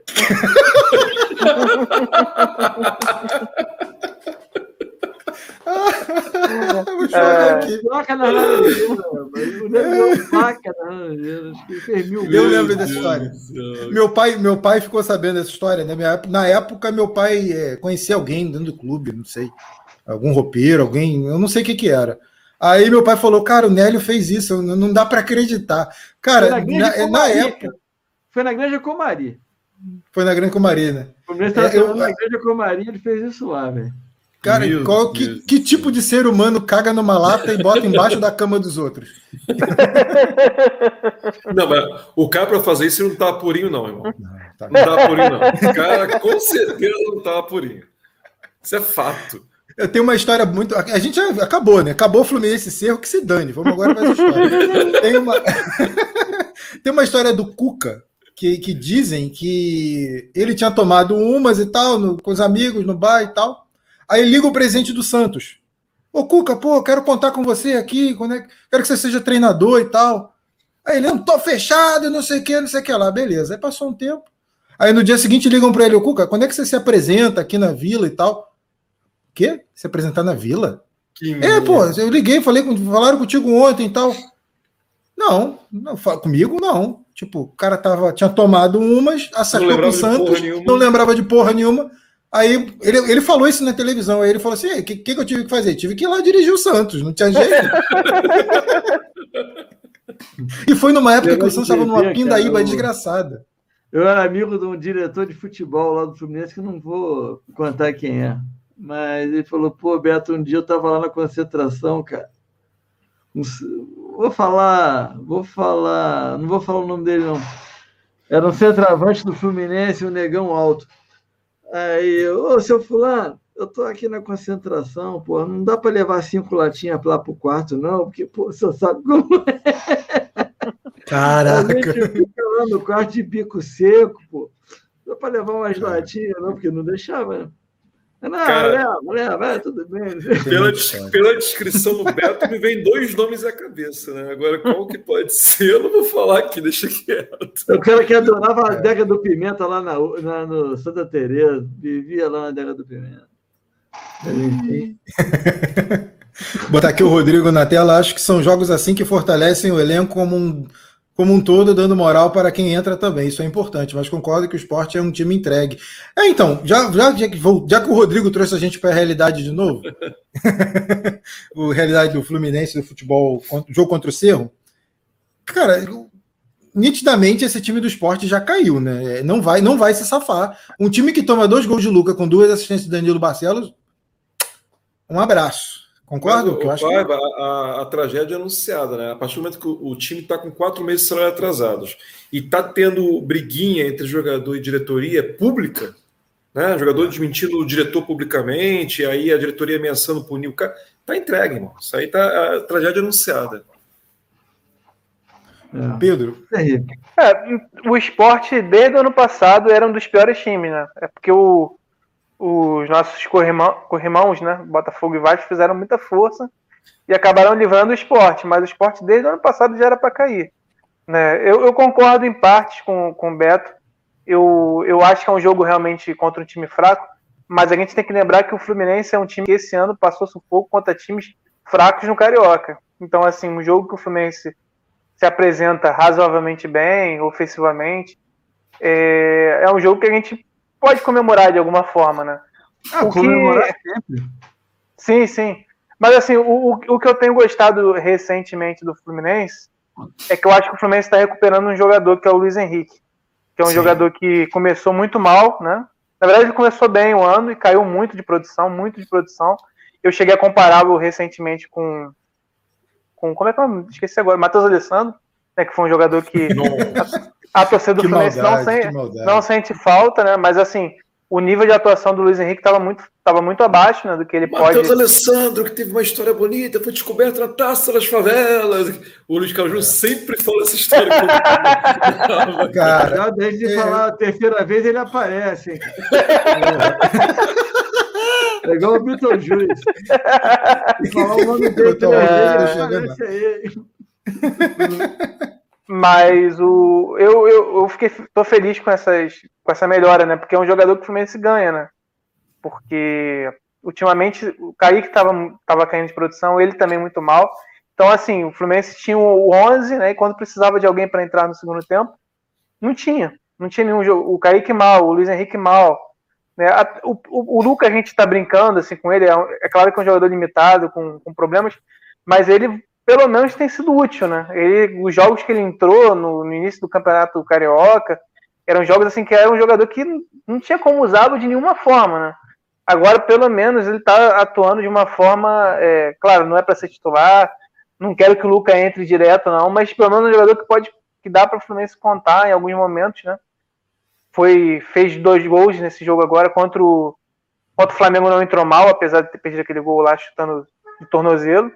Vou chorar aqui. Placa na laranjeira, o Nery placa na laranjeira. Acho que ele fez mil Eu lembro dessa história. Meu pai, meu pai ficou sabendo dessa história. Né? Na época, meu pai é, conhecia alguém dentro do clube, não sei. Algum roupeiro, alguém, eu não sei o que que era. Aí meu pai falou, cara, o Nélio fez isso, não dá para acreditar. Cara, na, na, na época... Foi na Granja Comari. Foi na Granja Comari, né? O Fluminense estava é, na Granja Comari, ele fez isso lá, velho. Cara, qual, que, que tipo de ser humano caga numa lata e bota embaixo da cama dos outros? Não, mas o cara para fazer isso não tá purinho, não, irmão. Não, tá... não tá purinho, não. O cara com certeza não tá purinho. Isso é fato. Eu tenho uma história muito... A gente já acabou, né? Acabou o Fluminense Cerro, que se dane. Vamos agora para essa história. Tem uma... Tem uma história do Cuca, que, que dizem que ele tinha tomado umas e tal, no, com os amigos, no bar e tal. Aí liga o presidente do Santos. Ô, Cuca, pô, quero contar com você aqui, quando é... quero que você seja treinador e tal. Aí ele, não tô fechado, não sei o que, não sei o que lá. Beleza. Aí passou um tempo. Aí no dia seguinte ligam para ele, ô, Cuca, quando é que você se apresenta aqui na Vila e tal? Quê? Se apresentar na Vila? Que é, merda. pô, eu liguei, falei, falaram contigo ontem e tal. Não, não, comigo não. Tipo, o cara tava, tinha tomado umas, acertou com o Santos, não lembrava de porra nenhuma. Aí ele, ele falou isso na televisão, aí ele falou assim, o que, que, que eu tive que fazer? Tive que ir lá dirigir o Santos, não tinha jeito. E foi numa época eu que o Santos estava numa pindaíba cara, eu... desgraçada. Eu era amigo de um diretor de futebol lá do Fluminense, que não vou contar quem é. Mas ele falou, pô, Beto, um dia eu tava lá na concentração, cara. Vou falar, vou falar, não vou falar o nome dele, não. Era um centroavante do Fluminense, um negão alto. Aí, ô, seu fulano, eu tô aqui na concentração, pô, não dá para levar cinco latinhas lá pro quarto, não, porque, pô, você sabe como é. Caraca. A gente fica lá no quarto de bico seco, pô. Não dá para levar umas latinhas, não, porque não deixava, né? Não, cara, leva, leva, tudo bem. Pela, pela descrição do Beto, me vem dois nomes à cabeça, né? Agora, qual que pode ser? Eu não vou falar aqui, deixa quieto. O cara que adorava a Adega do Pimenta lá na, na, no Santa Teresa, vivia lá na Adega do Pimenta. Botar aqui o Rodrigo na tela, acho que são jogos assim que fortalecem o elenco como um, como um todo, dando moral para quem entra também. Isso é importante, mas concordo que o Sport é um time entregue. É, então, já, já, já, que, já que o Rodrigo trouxe a gente para a realidade de novo, a realidade do Fluminense, do futebol, jogo contra o Cerro, cara, nitidamente esse time do Sport já caiu, né? Não vai, não vai se safar. Um time que toma dois gols de Luca com duas assistências de Danilo Barcelos, um abraço. Concordo? Mas, que eu acho Paiva, que... a, a, a tragédia é anunciada, né? A partir do momento que o, o time está com quatro meses de salário atrasados e está tendo briguinha entre jogador e diretoria pública, né? O jogador desmentindo o diretor publicamente, aí a diretoria ameaçando punir o cara, tá entregue, irmão. Isso aí tá a tragédia anunciada. É. Pedro? É, o Sport, desde o ano passado, era um dos piores times, né? É porque o os nossos corrimãos, né, Botafogo e Vasco, fizeram muita força e acabaram livrando o Sport, mas o Sport desde o ano passado já era para cair, né? Eu, eu concordo em partes com, com o Beto, eu, eu acho que é um jogo realmente contra um time fraco, mas a gente tem que lembrar que o Fluminense é um time que esse ano passou sufoco contra times fracos no Carioca, então assim, um jogo que o Fluminense se apresenta razoavelmente bem, ofensivamente, é, é um jogo que a gente pode comemorar de alguma forma, né? Ah, o comemorar que... sempre. Sim, sim. Mas assim, o, o que eu tenho gostado recentemente do Fluminense é que eu acho que o Fluminense está recuperando um jogador que é o Luiz Henrique, que é um sim. jogador que começou muito mal, né? Na verdade, ele começou bem o ano e caiu muito de produção, muito de produção. Eu cheguei a compará-lo recentemente com, com como é que eu esqueci agora, Matheus Alessandro, né, que foi um jogador que a, a torcida do que Fluminense maldade, não, sem, não sente falta, né? Mas assim, o nível de atuação do Luiz Henrique estava muito, tava muito abaixo, né, do que ele Matheus pode... Matheus Alessandro, que teve uma história bonita, foi descoberto na Taça das Favelas. O Luiz Caju é. sempre fala essa história. Cara, já desde de é... falar a terceira vez ele aparece. Hein? É igual o Beetlejuice. Se falar o nome dele pela vez, ele aparece aí. Mas o, eu, eu, eu fiquei, tô feliz com, essas, com essa melhora, né? Porque é um jogador que o Fluminense ganha, né? Porque ultimamente o Kaique tava, tava caindo de produção, ele também muito mal. Então, assim, o Fluminense tinha o onze, né? E quando precisava de alguém para entrar no segundo tempo, não tinha. Não tinha nenhum jogo. O Kaique mal, o Luiz Henrique mal. Né? A, o, o, o Lucas, a gente tá brincando assim, com ele, é, é claro que é um jogador limitado, com, com problemas, mas ele pelo menos tem sido útil, né? Ele, os jogos que ele entrou no, no início do Campeonato Carioca eram jogos assim que era um jogador que não, não tinha como usá-lo de nenhuma forma, né? Agora, pelo menos, ele está atuando de uma forma, é, claro, não é para ser titular, não quero que o Lucas entre direto, não, mas pelo menos é um jogador que pode, que dá para o Fluminense contar em alguns momentos, né? Foi, fez dois gols nesse jogo agora contra o, contra o Flamengo, não entrou mal, apesar de ter perdido aquele gol lá chutando de tornozelo.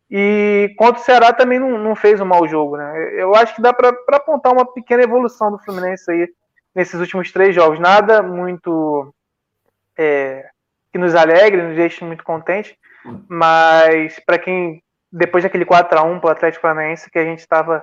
E contra o Ceará também não, não fez um mau jogo, né? Eu acho que dá para apontar uma pequena evolução do Fluminense aí nesses últimos três jogos. Nada muito é, que nos alegre, nos deixe muito contente, mas para quem, depois daquele quatro a um para o Atlético Paranaense, que a gente estava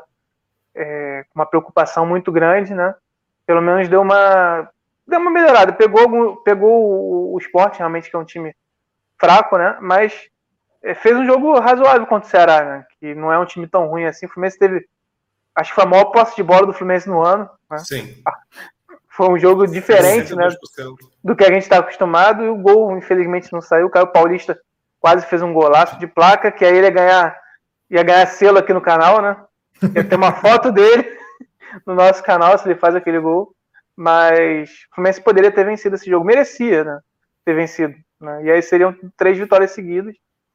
é, com uma preocupação muito grande, né? Pelo menos deu uma, deu uma melhorada. Pegou, pegou o, o Sport, realmente, que é um time fraco, né? Mas fez um jogo razoável contra o Ceará, né? Que não é um time tão ruim assim. O Fluminense teve, acho que foi a maior posse de bola do Fluminense no ano, né? Sim. Foi um jogo diferente, né, do que a gente está acostumado, e o gol, infelizmente, não saiu. O Caio Paulista quase fez um golaço de placa, que aí ele ia ganhar, ia ganhar selo aqui no canal, né? Ia ter uma foto dele no nosso canal se ele faz aquele gol. Mas o Fluminense poderia ter vencido esse jogo, merecia, né, ter vencido, né? E aí seriam três vitórias seguidas.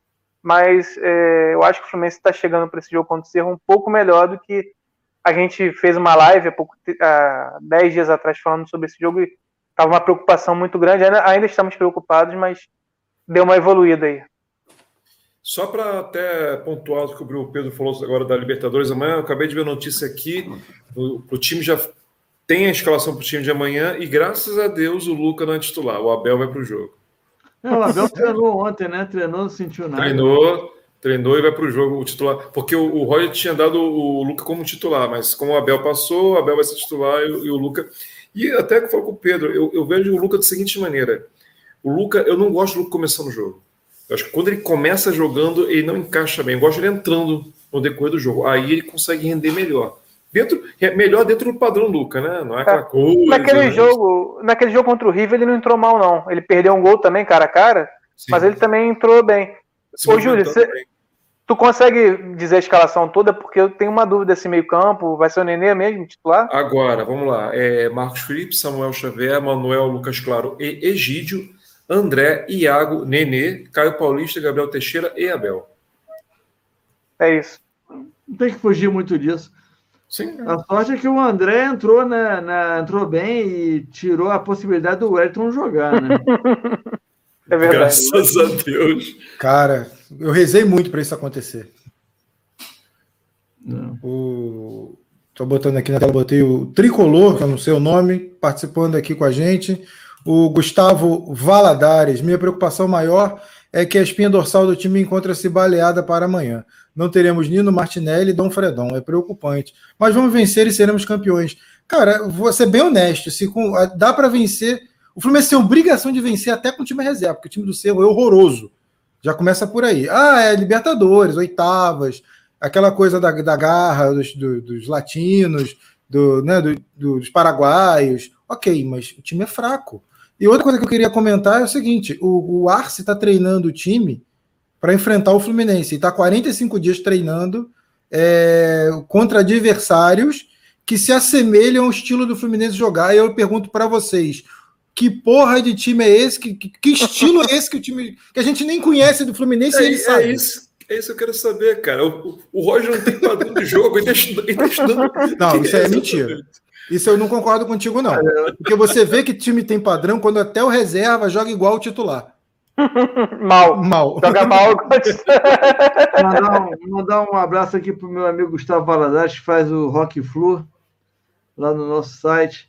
Mas é, eu acho que o Fluminense está chegando para esse jogo contra o Cerro um pouco melhor do que a gente fez uma live há, pouco, há dez dias atrás falando sobre esse jogo e estava uma preocupação muito grande. Ainda, ainda estamos preocupados, mas deu uma evoluída aí. Só para até pontuar o que o Pedro falou agora da Libertadores amanhã, eu acabei de ver a notícia aqui, o, o time já tem a escalação para o time de amanhã e graças a Deus o Lucas não é titular, o Abel vai para o jogo. Não, o Abel treinou ontem, né? Treinou, não sentiu nada. Treinou, treinou e vai para o jogo, o titular. Porque o, o Roger tinha dado o Lucas como titular, mas como o Abel passou, o Abel vai ser titular e, e o Lucas... E até que eu falo com o Pedro, eu, eu vejo o Lucas da seguinte maneira. O Lucas, eu não gosto do Lucas começando o jogo. Eu acho que quando ele começa jogando, ele não encaixa bem. Eu gosto dele entrando no decorrer do jogo. Aí ele consegue render melhor. Dentro, melhor dentro do padrão Lucas, né? Não é aquela coisa... Naquele, né? jogo, naquele jogo contra o River, ele não entrou mal, não. Ele perdeu um gol também, cara a cara, sim, mas ele também entrou bem. Se Ô, Júlio, você, tu consegue dizer a escalação toda? Porque eu tenho uma dúvida desse meio campo. Vai ser o Nenê mesmo, titular? Agora, vamos lá. É Marcos Felipe, Samuel Xavier, Manuel, Lucas Claro e Egídio, André, Iago, Nenê, Caio Paulista, Gabriel Teixeira e Abel. É isso. Não tem que fugir muito disso. Sim. A sorte é que o André entrou, na, na, entrou bem e tirou a possibilidade do Wellington jogar, né? É verdade. Graças a Deus. Cara, eu rezei muito para isso acontecer. Não. O... Tô botando aqui na tela, botei o Tricolor, que eu não sei o nome, participando aqui com a gente. O Gustavo Valadares, minha preocupação maior é que a espinha dorsal do time encontra-se baleada para amanhã. Não teremos Nino Martinelli e Dom Fredon, é preocupante. Mas vamos vencer e seremos campeões. Cara, vou ser bem honesto, se com, dá para vencer. O Fluminense tem obrigação de vencer até com o time reserva, porque o time do Cerro é horroroso. Já começa por aí. Ah, é Libertadores, oitavas, aquela coisa da, da garra dos, do, dos latinos, do, né, do, dos paraguaios. Ok, mas o time é fraco. E outra coisa que eu queria comentar é o seguinte, o, o Arce está treinando o time para enfrentar o Fluminense. E está quarenta e cinco dias treinando é, contra adversários que se assemelham ao estilo do Fluminense jogar. E eu pergunto para vocês, que porra de time é esse? Que, que, que estilo é esse que o time que a gente nem conhece do Fluminense é, e ele sabe? É isso, é isso que eu quero saber, cara. O, o, o Roger não tem padrão de jogo, ele está estudando. Não, isso é mentira. Isso eu não concordo contigo, não. Porque você vê que time tem padrão quando até o reserva joga igual o titular. Mal. Mal. Joga mal. mandar, um, mandar um abraço aqui pro meu amigo Gustavo Valadares, que faz o Rock Flu lá no nosso site.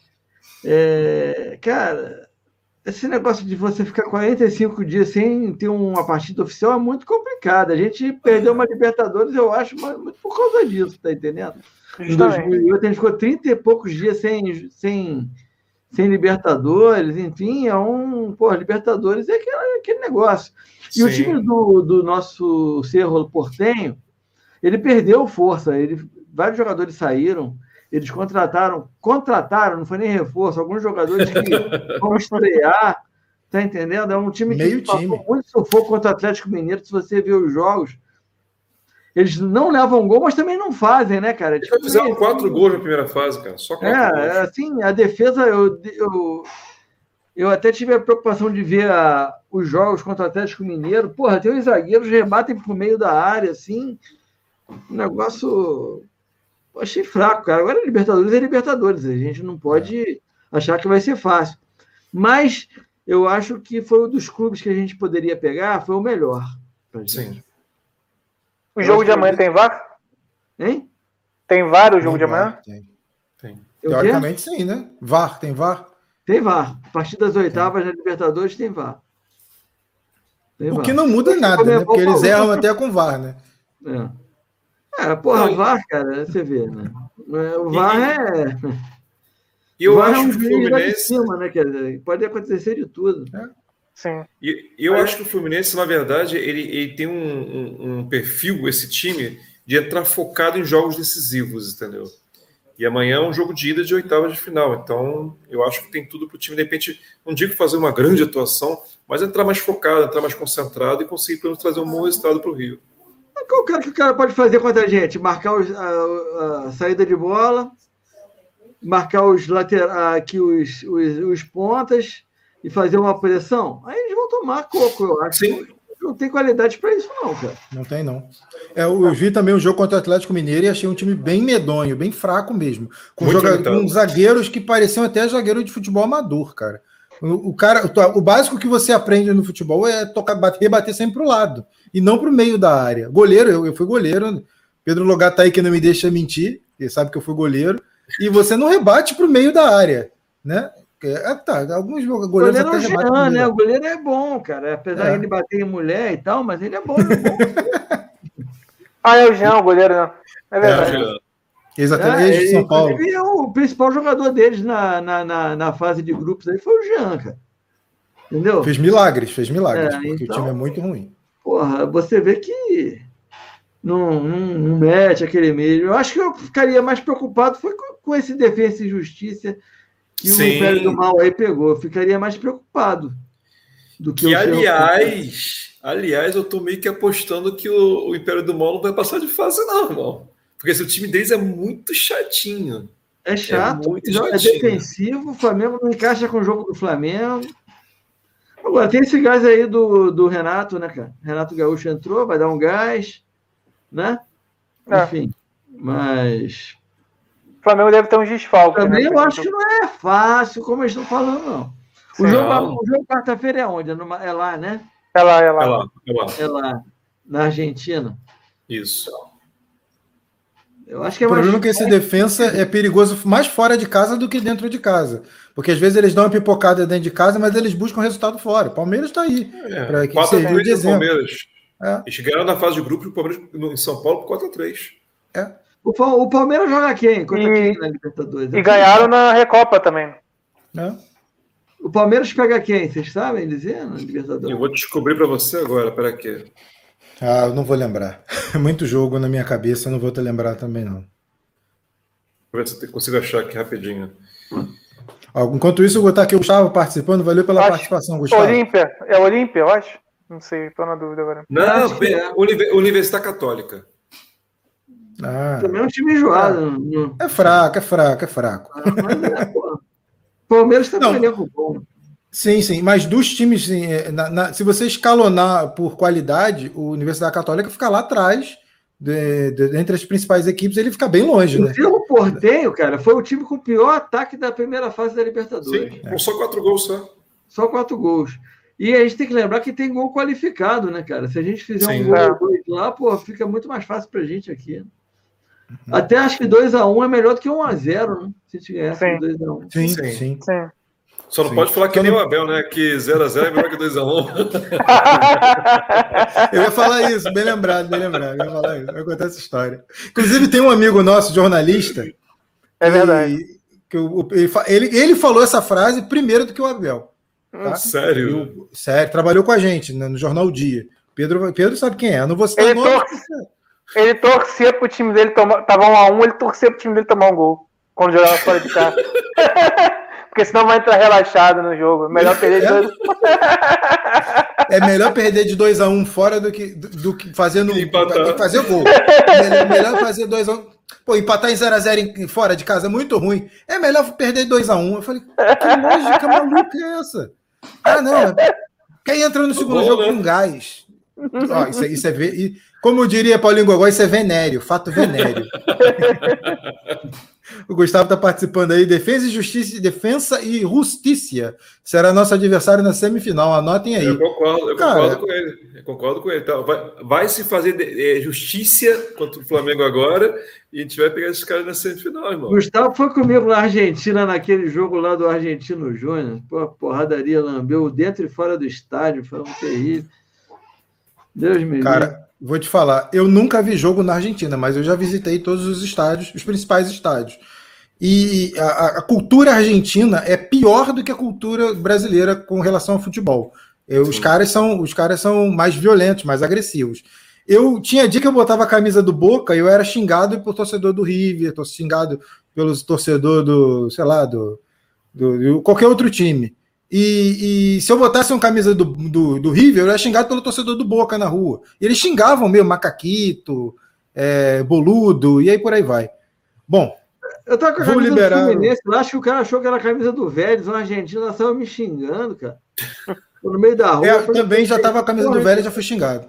É, cara, esse negócio de você ficar quarenta e cinco dias sem ter uma partida oficial é muito complicado. A gente perdeu uma Libertadores, eu acho, muito por causa disso, tá entendendo? Em dois mil e oito a gente ficou trinta e poucos dias sem, sem, sem Libertadores, enfim, é um... Pô, Libertadores é aquele, aquele negócio. E Sim. o time do, do nosso Cerro Porteño, ele perdeu força, ele, vários jogadores saíram, eles contrataram, contrataram, não foi nem reforço, alguns jogadores que vão estrear, tá entendendo? É um time Meio que passou time. muito sufoco contra o Atlético Mineiro, se você ver os jogos, eles não levam gol, mas também não fazem, né, cara? Eles tipo, fizeram quatro assim, gols na primeira fase, cara. Só quatro é, gols. assim, a defesa, eu, eu, eu até tive a preocupação de ver a, os jogos contra o Atlético Mineiro. Porra, tem os zagueiros rebatem pro meio da área, assim, um negócio... Achei fraco, cara. Agora Libertadores é Libertadores. A gente não pode achar que vai ser fácil. Mas eu acho que foi um dos clubes que a gente poderia pegar, foi o melhor. Sim. O jogo de amanhã tem V A R? Hein? Tem V A R o jogo de amanhã? Tem. Tem. Teoricamente sim, né? V A R, tem V A R? Tem V A R. A partir das oitavas da Libertadores tem V A R. Tem o que não muda nada, né? Porque eles erram até com V A R, né? É. É, porra, o V A R, cara, você vê, né? O V A R é. E eu o V A R acho é um que o Fluminense. De cima, né? Quer dizer, pode acontecer de tudo. É. Sim. E eu acho que o Fluminense, na verdade, ele, ele tem um, um, um perfil, esse time, de entrar focado em jogos decisivos, entendeu? E amanhã é um jogo de ida de oitavas de final. Então, eu acho que tem tudo para o time, de repente, não digo fazer uma grande atuação, mas entrar mais focado, entrar mais concentrado e conseguir, pelo menos, trazer um bom resultado para o Rio. Qual cara que o cara pode fazer contra a gente? Marcar os, a, a saída de bola, marcar os laterais, aqui os, os, os pontas e fazer uma pressão? Aí eles vão tomar coco, eu acho. Sim. Não tem qualidade para isso, não, cara. Não tem, não. É, eu vi também o jogo contra o Atlético Mineiro e achei um time bem medonho, bem fraco mesmo. Com, joga... com zagueiros que pareciam até zagueiro de futebol amador, cara. O, o, cara, o, o básico que você aprende no futebol é tocar, bater, bater sempre pro lado e não pro meio da área. Goleiro, eu, eu fui goleiro. Pedro Logar tá aí que não me deixa mentir, ele sabe que eu fui goleiro. E você não rebate pro meio da área, né? É, tá, alguns goleiros o goleiro até é o Jean, né? O goleiro é bom, cara. Apesar é. de ele bater em mulher e tal, mas ele é bom. Ele é bom. Ah, é o Jean, o goleiro, não. É verdade. É, Exatamente, é, de São Paulo. Ele é o principal jogador deles na, na, na, na fase de grupos aí foi o Jean, cara. Entendeu? Fez milagres, fez milagres, é, porque então, o time é muito ruim. Porra, você vê que não, não, não mete aquele meio. Eu acho que eu ficaria mais preocupado foi com, com esse Defensa e Justiça que Sim. o Império do Mal aí pegou. Eu ficaria mais preocupado do que, que o aliás, aliás, eu tô meio que apostando que o, o Império do Mal não vai passar de fase, não, irmão. Porque esse time deles é muito chatinho. É chato, é, muito é chatinho. defensivo, o Flamengo não encaixa com o jogo do Flamengo. Agora, tem esse gás aí do, do Renato, né, cara? Renato Gaúcho entrou, vai dar um gás, né? É. Enfim, mas... O Flamengo deve ter uns desfalques. Também né? eu acho que não é fácil, como eles estão falando, não. O Sim, jogo, não. o jogo quarta-feira é onde? É, numa, é lá, né? É lá, é lá. É lá, é lá. É lá, na Argentina. Isso. Eu acho que é o mais... problema é que esse defensa é perigoso mais fora de casa do que dentro de casa. Porque às vezes eles dão uma pipocada dentro de casa, mas eles buscam resultado fora. O Palmeiras está aí. É, para que quatro a servir de três exemplo. Palmeiras. É. Eles ganharam na fase de grupo o Palmeiras em São Paulo por quatro a três. É. O, o Palmeiras joga quem? Contra E, quem na Libertadores? E ganharam na Recopa também. É. O Palmeiras pega quem? Vocês sabem dizer na Libertadores? Eu vou descobrir para você agora. Pera aqui. Ah, eu não vou lembrar. É muito jogo na minha cabeça, eu não vou te lembrar também, não. ver se eu consigo achar aqui rapidinho. Enquanto isso, eu vou estar aqui o Gustavo participando. Valeu pela acho participação, Gustavo. Olímpia. É Olímpia, eu acho? Não sei, estou na dúvida agora. Não, bem, é. Universidade Católica. Ah. Também é um time enjoado. Não. É fraco, é fraco, é fraco. Ah, mas é, pô. Palmeiras está com elenco bom. Sim, sim, mas dos times, sim, na, na, se você escalonar por qualidade, o Universidade Católica fica lá atrás, de, de, entre as principais equipes, ele fica bem longe, o né? O Cerro Porteño, cara, foi o time com o pior ataque da primeira fase da Libertadores. Sim, com só quatro gols só. Só quatro gols. E a gente tem que lembrar que tem gol qualificado, né, cara? Se a gente fizer sim, um gol é. dois lá, pô, fica muito mais fácil pra gente aqui. Uhum. Até acho que dois a um é melhor do que um a zero, né? Se a gente ganhasse dois a um. Sim, sim. sim. sim. Só não Sim. pode falar que nem o Abel, né? Que zero a zero é melhor que dois a um. Eu ia falar isso, bem lembrado, bem lembrado. Eu ia falar isso, eu ia contar essa história. Inclusive, tem um amigo nosso, jornalista. É verdade. Que, que ele, ele falou essa frase primeiro do que o Abel. Tá? Sério? Eu, sério, trabalhou com a gente no Jornal O Dia. Pedro, Pedro sabe quem é, eu não vou citar ele o nome. Torce, ele torcia pro time dele tomar. Tava um a um, ele torcia pro time dele tomar um gol. Quando jogava fora de casa. Porque senão vai entrar relaxado no jogo. Melhor perder de dois É melhor perder de dois a um fora do que, do, do que fazendo fazer gol. Melhor, melhor fazer dois a um. Pô, empatar em zero a zero fora de casa é muito ruim. É melhor perder dois a um. Eu falei, que lógica maluca é essa? Ah, não. Quem entra no segundo bom, jogo né? com gás? Ó, isso, isso é ver. Como eu diria Paulinho Gogó, isso é venéreo, fato venéreo. O Gustavo está participando aí. Defesa e Justiça, Defensa e Justiça será nosso adversário na semifinal. Anotem aí. Eu concordo, eu Cara, concordo com ele. Eu concordo com ele. Então, vai, vai se fazer é, justiça contra o Flamengo agora e a gente vai pegar esses caras na semifinal, irmão. Gustavo foi comigo na Argentina, naquele jogo lá do Argentino Júnior. Pô, porradaria, lambeu dentro e fora do estádio. Foi um terrível. Deus me livre. Cara, vou te falar, eu nunca vi jogo na Argentina, mas eu já visitei todos os estádios, os principais estádios. E a, a cultura argentina é pior do que a cultura brasileira com relação ao futebol. Eu, os, caras são, os caras são mais violentos, mais agressivos. Eu tinha dia que eu botava a camisa do Boca e eu era xingado por torcedor do River, tô xingado pelos torcedor do, sei lá, do, do, do qualquer outro time. E, e se eu botasse uma camisa do, do, do River, eu era xingado pelo torcedor do Boca na rua. E eles xingavam meio macaquito, é, boludo, e aí por aí vai. Bom, eu tava com a camisa liberar... do Fluminense, eu acho que o cara achou que era a camisa do Vélez, um argentino, ela saiu me xingando, cara. No meio da rua. É, eu também já tava com a camisa do Vélez e já fui xingado.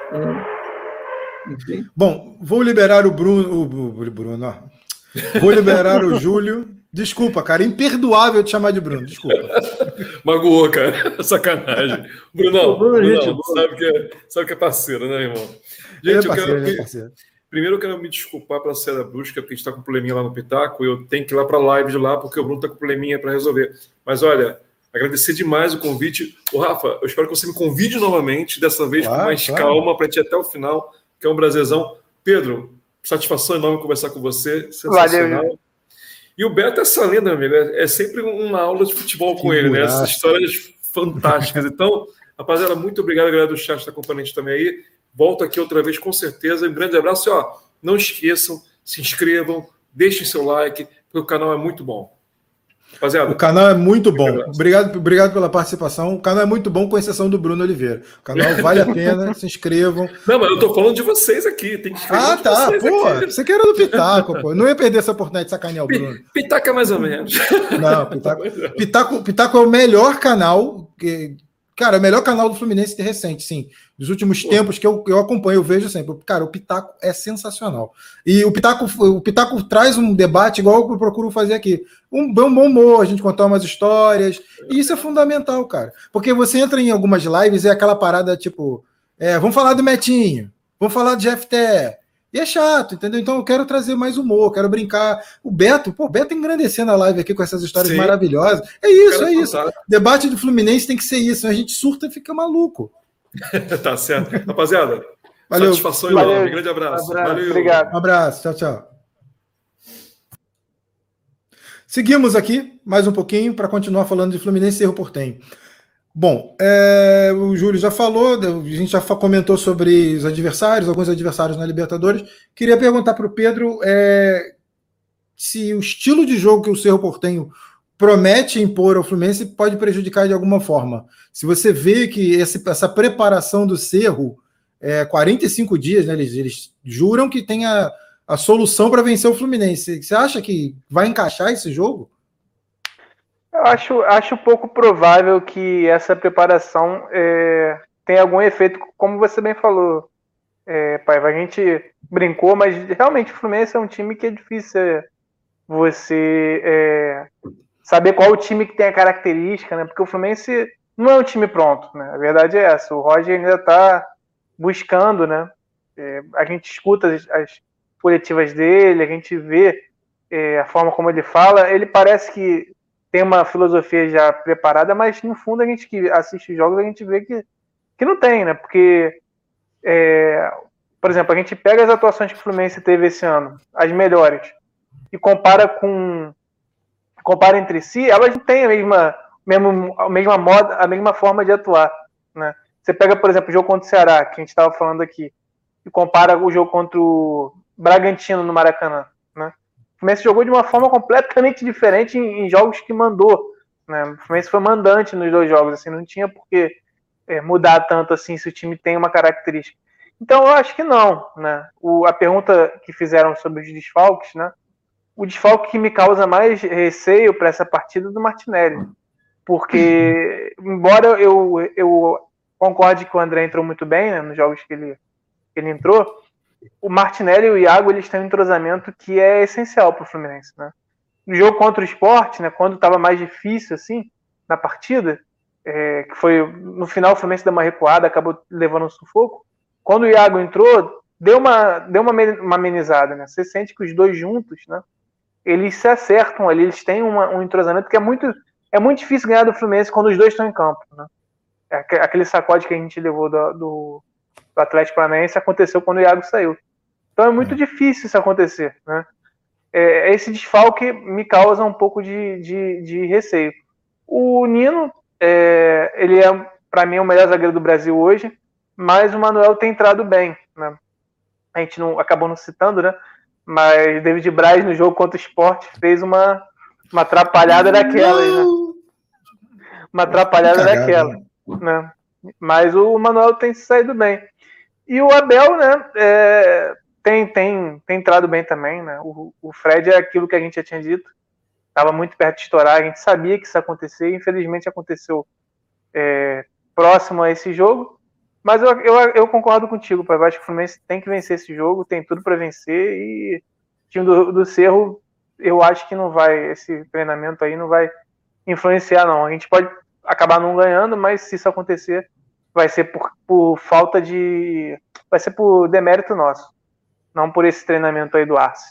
É. Enfim. Bom, vou liberar o Bruno, o, o Bruno, ó. Vou liberar o Júlio. Desculpa, cara, imperdoável te chamar de Bruno, desculpa. Magoou, cara, sacanagem. Brunão, Bruno, Brunão gente, sabe, que é, sabe que é parceiro, né, irmão? Gente, é parceiro, eu quero... é parceiro. Primeiro eu quero me desculpar pela saída brusca, porque a gente está com um probleminha lá no Pitaco, e eu tenho que ir lá para a live de lá, porque o Bruno está com um probleminha para resolver. Mas olha, agradecer demais o convite. Ô, Rafa, eu espero que você me convide novamente, dessa vez claro, com mais claro. calma, para ir até o final, que é um prazerzão. Pedro, satisfação enorme conversar com você, sensacional. Valeu. E o Beto é essa lenda, meu amigo, é, é sempre uma aula de futebol com que ele, buraco. né? Essas histórias fantásticas. Então, rapaziada, muito obrigado, a galera do chat está acompanhando a gente também aí. Volto aqui outra vez, com certeza. Um grande abraço e, ó, não esqueçam, se inscrevam, deixem seu like, porque o canal é muito bom. Rapaziada, o canal é muito bom. Obrigado, obrigado pela participação. O canal é muito bom, com exceção do Bruno Oliveira. O canal vale a pena, se inscrevam. Não, mas eu tô falando de vocês aqui. Tem que ah, tá. Pô, aqui. Você que era do Pitaco, pô. Não ia perder essa oportunidade de sacanear o Bruno. Pitaco é mais ou menos. Não, Pitaco, Pitaco, Pitaco é o melhor canal que... Cara, é o melhor canal do Fluminense de recente, sim. Dos últimos Pô. tempos que eu, eu acompanho, eu vejo sempre. Cara, o Pitaco é sensacional. E o Pitaco, o Pitaco traz um debate igual eu procuro fazer aqui. Um bom humor, a gente contar umas histórias. E isso é fundamental, cara. Porque você entra em algumas lives e é aquela parada tipo... É, vamos falar do Metinho, vamos falar do G F T. E é chato, entendeu? Então eu quero trazer mais humor, quero brincar. O Beto, pô, o Beto engrandecendo a live aqui com essas histórias Sim. maravilhosas. É isso, é isso. Fantástico. Debate do Fluminense tem que ser isso. A gente surta e fica maluco. Tá certo. Rapaziada, valeu. Satisfação enorme. Valeu. Grande abraço. abraço. Valeu. Obrigado. Um abraço. Tchau, tchau. Seguimos aqui mais um pouquinho para continuar falando de Fluminense e Cerro Porteño. Bom, é, o Júlio já falou, a gente já comentou sobre os adversários, alguns adversários na Libertadores. Queria perguntar para o Pedro, é, se o estilo de jogo que o Cerro Porteño promete impor ao Fluminense pode prejudicar de alguma forma. Se você vê que esse, essa preparação do Cerro, é, quarenta e cinco dias, né, eles, eles juram que tem a, a solução para vencer o Fluminense. Você acha que vai encaixar esse jogo? Eu acho, acho pouco provável que essa preparação é, tenha algum efeito, como você bem falou, é, Paiva. A gente brincou, mas realmente o Fluminense é um time que é difícil você é, saber qual o time que tem a característica, né? Porque o Fluminense não é um time pronto, né? A verdade é essa. O Roger ainda está buscando, né? É, a gente escuta as, as coletivas dele, a gente vê é, a forma como ele fala. Ele parece que tem uma filosofia já preparada, mas no fundo a gente que assiste os jogos, a gente vê que, que não tem, né? Porque, é, por exemplo, a gente pega as atuações que o Fluminense teve esse ano, as melhores, e compara com compara entre si, elas não têm a mesma, mesmo, a mesma moda, a mesma forma de atuar, né? Você pega, por exemplo, o jogo contra o Ceará, que a gente estava falando aqui, e compara o jogo contra o Bragantino no Maracanã, né? O Fluminense jogou de uma forma completamente diferente em, em jogos que mandou, né? O Fluminense foi mandante nos dois jogos, assim, não tinha por que é, mudar tanto assim se o time tem uma característica. Então eu acho que não, né? O, a pergunta que fizeram sobre os desfalques, né? O desfalque que me causa mais receio para essa partida é do Martinelli, porque embora eu, eu concorde que o André entrou muito bem, né, nos jogos que ele, que ele entrou, o Martinelli e o Iago, eles têm um entrosamento que é essencial para o Fluminense, né? No jogo contra o Sport, né, quando estava mais difícil assim na partida, é, que foi no final o Fluminense deu uma recuada, acabou levando um sufoco. Quando o Iago entrou, deu uma, deu uma, uma amenizada, né? Você sente que os dois juntos, né, eles se acertam ali, eles têm uma, um entrosamento que é muito, é muito difícil ganhar do Fluminense quando os dois estão em campo, né? Aquele sacode que a gente levou do, do, do Atlético Paranaense aconteceu quando o Iago saiu. Então é muito difícil isso acontecer, né? É, esse desfalque me causa um pouco de, de, de receio. O Nino, é, ele é, para mim, o melhor zagueiro do Brasil hoje, mas o Manuel tem entrado bem, né? A gente não, acabou não citando, né? Mas David Braz, no jogo contra o Sport, fez uma, uma atrapalhada daquela, né? Uma atrapalhada Cagada, daquela, né? Mas o Manuel tem saído bem. E o Abel, né, é, tem, tem, tem entrado bem também, né? O, o Fred é aquilo que a gente já tinha dito, estava muito perto de estourar, a gente sabia que isso ia acontecer, infelizmente aconteceu é, próximo a esse jogo. Mas eu, eu, eu concordo contigo, pai. Eu acho que o Fluminense tem que vencer esse jogo, tem tudo para vencer, e o time do, do Cerro, eu acho que não vai, esse treinamento aí não vai influenciar, não. A gente pode acabar não ganhando, mas se isso acontecer, vai ser por, por falta de... vai ser por demérito nosso, não por esse treinamento aí do Arce.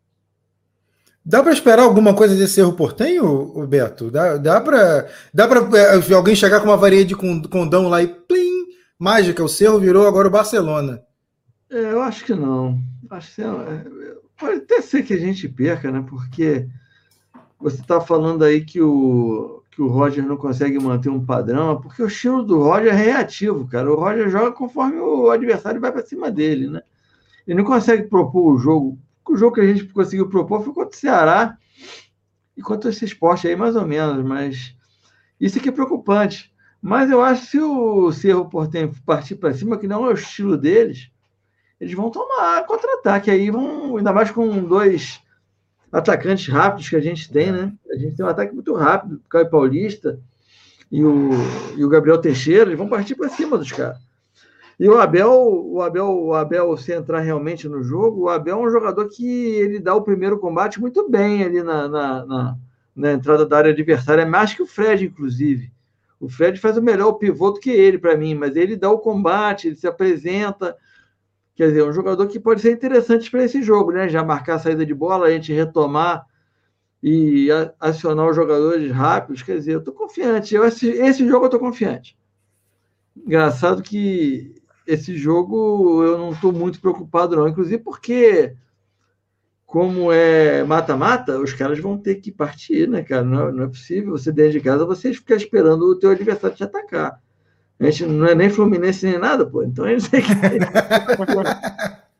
Dá para esperar alguma coisa desse Cerro Porteño, Beto? Dá, dá para dá para é, alguém chegar com uma varinha de condão lá e plim, mágica, o Cerro virou agora o Barcelona? É, eu acho que não. Acho que é, pode até ser que a gente perca, né? Porque você está falando aí que o, que o Roger não consegue manter um padrão, porque o estilo do Roger é reativo, cara. O Roger joga conforme o adversário vai para cima dele, né? Ele não consegue propor o jogo. O jogo que a gente conseguiu propor foi contra o Ceará e contra esse Sport aí, mais ou menos, mas isso aqui é preocupante. Mas eu acho que se o Cerro Porteño partir para cima, que não é o estilo deles, eles vão tomar contra-ataque aí, vão, ainda mais com dois atacantes rápidos que a gente tem, né? A gente tem um ataque muito rápido, o Caio Paulista e o, e o Gabriel Teixeira, eles vão partir para cima dos caras. E o Abel, o Abel, o Abel, se entrar realmente no jogo, o Abel é um jogador que ele dá o primeiro combate muito bem ali na, na, na, na entrada da área adversária, mais que o Fred, inclusive. O Fred faz o melhor pivô do que ele, para mim, mas ele dá o combate, ele se apresenta. Quer dizer, é um jogador que pode ser interessante para esse jogo, né? Já marcar a saída de bola, a gente retomar e acionar os jogadores rápidos. Quer dizer, eu estou confiante. Eu, esse, esse jogo eu estou confiante. Engraçado que esse jogo eu não estou muito preocupado, não. Inclusive porque, como é mata-mata, os caras vão ter que partir, né, cara? Não é, não é possível você dentro de casa você ficar esperando o teu adversário te atacar. A gente não é nem Fluminense nem nada, pô. Então a gente tem que...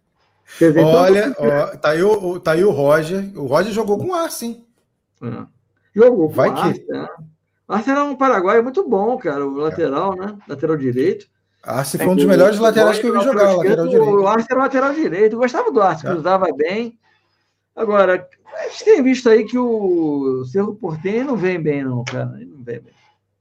Dizer, Olha, então, ó, tá, aí o, tá aí o Roger. O Roger jogou com Arce, hein? É. Jogou com Vai o que... Arce, né? O Arce era um paraguaio muito bom, cara, o lateral, é. né? Lateral direito. Arce foi um dos melhores o, laterais que eu vi jogar, lateral direito. O Arce era o lateral direito, eu gostava do Arce, é. cruzava bem. Agora, a gente tem visto aí que o Cerro Porteño não vem bem, não, cara. Ele não vem bem.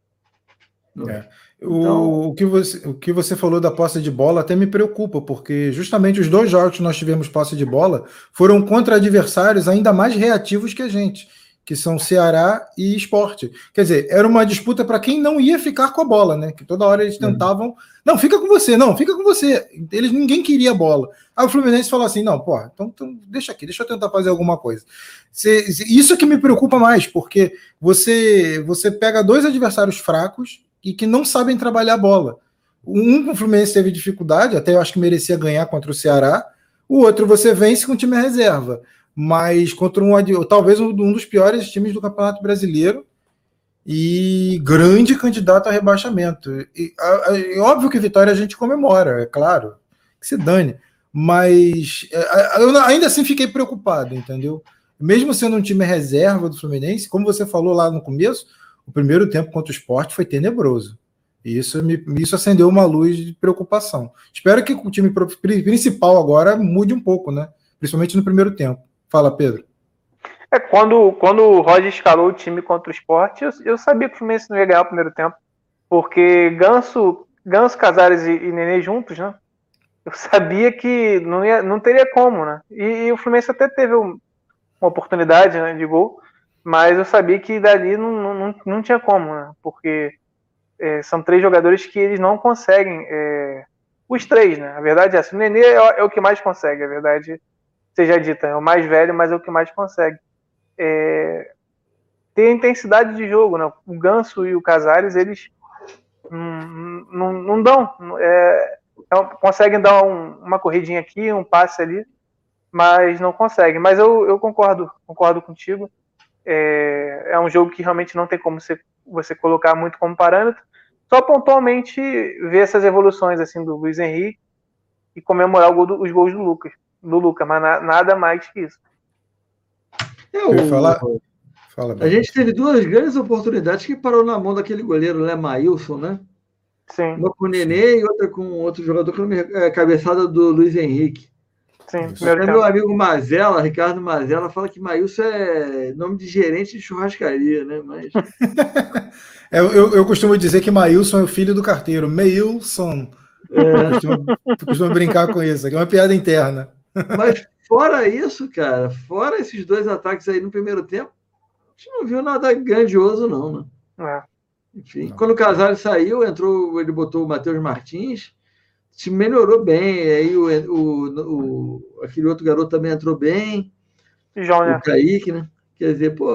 Não é. Então... O, que você, o que você falou da posse de bola até me preocupa, porque justamente os dois jogos que nós tivemos posse de bola foram contra adversários ainda mais reativos que a gente, que são Ceará e Sport. Quer dizer, era uma disputa para quem não ia ficar com a bola, né? Que toda hora eles tentavam, uhum. não, fica com você, não, fica com você. Eles, ninguém queria a bola. Aí o Fluminense falou assim, não, porra, então, então deixa aqui, deixa eu tentar fazer alguma coisa. Cê, isso é que me preocupa mais, porque você, você pega dois adversários fracos e que não sabem trabalhar a bola. Um, o Fluminense teve dificuldade, até eu acho que merecia ganhar contra o Ceará, o outro você vence com time reserva, mas contra um, talvez um dos piores times do Campeonato Brasileiro e grande candidato a rebaixamento. E, é óbvio que vitória a gente comemora, é claro, que se dane, mas eu ainda assim fiquei preocupado, entendeu? Mesmo sendo um time reserva do Fluminense, como você falou lá no começo, o primeiro tempo contra o Sport foi tenebroso. E isso, me, isso acendeu uma luz de preocupação. Espero que o time principal agora mude um pouco, né? Principalmente no primeiro tempo. Fala, Pedro. É, quando, quando o Roger escalou o time contra o Sport, eu, eu sabia que o Fluminense não ia ganhar o primeiro tempo. Porque Ganso, Ganso Casares e, e Nenê juntos, né? Eu sabia que não, ia, não teria como, né? E, e o Fluminense até teve um, uma oportunidade, né, de gol, mas eu sabia que dali não, não, não tinha como, né? Porque é, são três jogadores que eles não conseguem. É, os três, né? A verdade é essa. O Nenê é, é o que mais consegue, a verdade seja dita. É o mais velho, mas é o que mais consegue. É, ter intensidade de jogo, né? O Ganso e o Casares, eles não, não, não dão. É, é, conseguem dar um, uma corridinha aqui, um passe ali, mas não conseguem. Mas eu, eu concordo, concordo contigo. É, é um jogo que realmente não tem como você, você colocar muito como parâmetro. Só pontualmente ver essas evoluções assim do Luiz Henrique e comemorar o gol do, os gols do Lucas, do Lucas, mas na, nada mais que isso. Eu, eu falar? Fala, a gente teve duas grandes oportunidades que parou na mão daquele goleiro, né, Maílson, né? Sim. Uma com o Nenê e outra com outro jogador, que é cabeçada do Luiz Henrique. Sim, até meu amigo Mazella, Ricardo Mazella, fala que Maílson é nome de gerente de churrascaria, né? Mas... é, eu, eu costumo dizer que Maílson é o filho do carteiro. Maílson. É. Costumo, costumo brincar com isso, aqui é uma piada interna. Mas fora isso, cara, fora esses dois ataques aí no primeiro tempo, a gente não viu nada grandioso, não, né? É. Enfim, não. Quando o Casares saiu, entrou, ele botou o Matheus Martins, se melhorou bem, aí o, o, o, aquele outro garoto também entrou bem, João, né? O Kaique, né? Quer dizer, pô,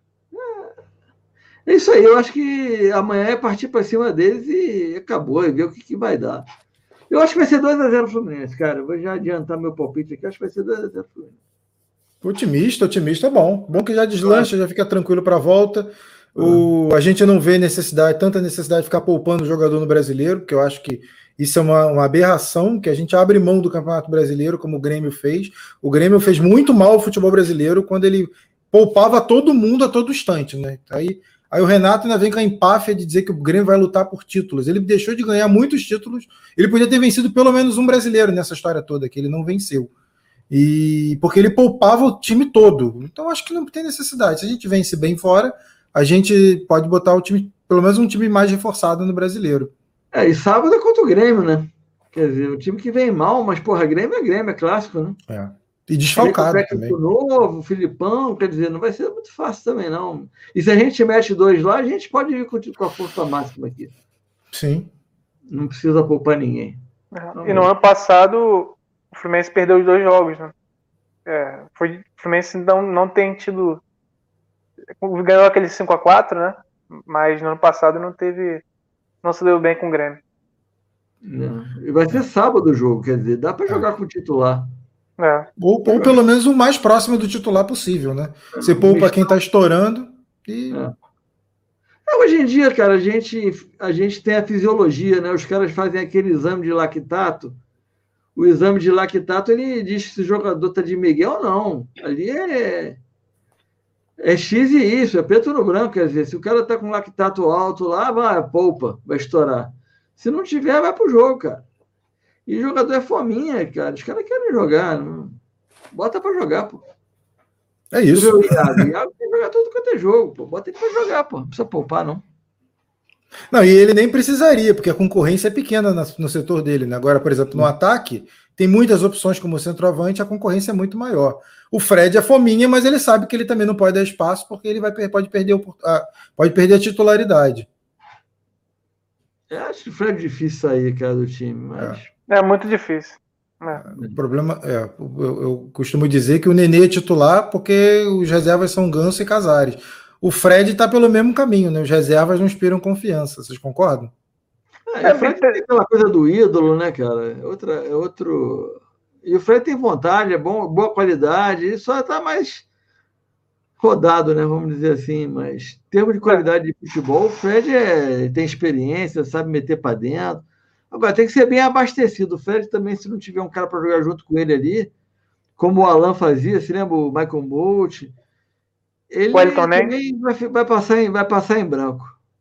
é isso aí, eu acho que amanhã é partir para cima deles e acabou, e ver o que, que vai dar. Eu acho que vai ser dois a zero Fluminense, cara, eu vou já adiantar meu palpite aqui, acho que vai ser dois a zero Fluminense. Otimista, otimista é bom, bom que já deslancha, já fica tranquilo para a volta. O, a gente não vê necessidade, tanta necessidade de ficar poupando o jogador no Brasileiro, porque eu acho que isso é uma, uma aberração, que a gente abre mão do Campeonato Brasileiro, como o Grêmio fez. O Grêmio fez muito mal ao futebol brasileiro quando ele poupava todo mundo a todo instante, né? Aí, aí o Renato ainda vem com a empáfia de dizer que o Grêmio vai lutar por títulos. Ele deixou de ganhar muitos títulos, ele podia ter vencido pelo menos um brasileiro nessa história toda, que ele não venceu. E porque ele poupava o time todo. Então acho que não tem necessidade. Se a gente vence bem fora, a gente pode botar o time, pelo menos um time mais reforçado no brasileiro. É, e sábado é contra o Grêmio, né? Quer dizer, o time que vem mal, mas, porra, Grêmio é Grêmio, é clássico, né? É. E desfalcado também. Novo, Filipão, quer dizer, não vai ser muito fácil também, não. E se a gente mete dois lá, a gente pode ir com a força máxima aqui. Sim. Não precisa poupar ninguém. É. E no ano passado, o Fluminense perdeu os dois jogos, né? É, foi, o Fluminense não, não tem tido... Ganhou aquele cinco a quatro, né? Mas no ano passado não teve... Não se deu bem com o Grêmio. Não. E vai ser sábado o jogo, quer dizer, dá para jogar é. com o titular. É. Ou, ou pelo menos o mais próximo do titular possível, né? Você poupa quem está estourando e... É. É, hoje em dia, cara, a gente, a gente tem a fisiologia, né? Os caras fazem aquele exame de lactato, o exame de lactato, ele diz se o jogador está de Miguel ou não. Ali é, é X e isso, é preto no branco. Quer dizer, se o cara está com lactato alto lá, vai, poupa, vai estourar. Se não tiver, vai pro jogo, cara. E o jogador é fominha, cara. Os caras querem jogar. Não... Bota para jogar, pô. É isso. O Iago, o Iago tem que jogar tudo quanto é jogo, pô. Bota ele para jogar, pô. Não precisa poupar, não. Não, e ele nem precisaria, porque a concorrência é pequena no setor dele, né? Agora, por exemplo, no ataque, tem muitas opções como centroavante, a concorrência é muito maior. O Fred é fominha, mas ele sabe que ele também não pode dar espaço, porque ele vai, pode, perder, a, pode perder a titularidade. Eu acho que o Fred é difícil sair, cara, do time, mas... É, é muito difícil. É. O problema é, eu, eu costumo dizer que o Nenê é titular porque os reservas são Ganso e Casares. O Fred está pelo mesmo caminho, né? Os reservas não inspiram confiança. Vocês concordam? É, o Fred tem aquela coisa do ídolo, né, cara? É, outra, é outro. E o Fred tem vontade, é bom, boa qualidade, ele só está mais rodado, né? Vamos dizer assim. Mas em termos de qualidade de futebol, o Fred é, tem experiência, sabe meter para dentro. Agora, tem que ser bem abastecido. O Fred também, se não tiver um cara para jogar junto com ele ali, como o Alan fazia, se lembra o Michael Bolt? Ele também vai, vai, passar em, vai passar em branco.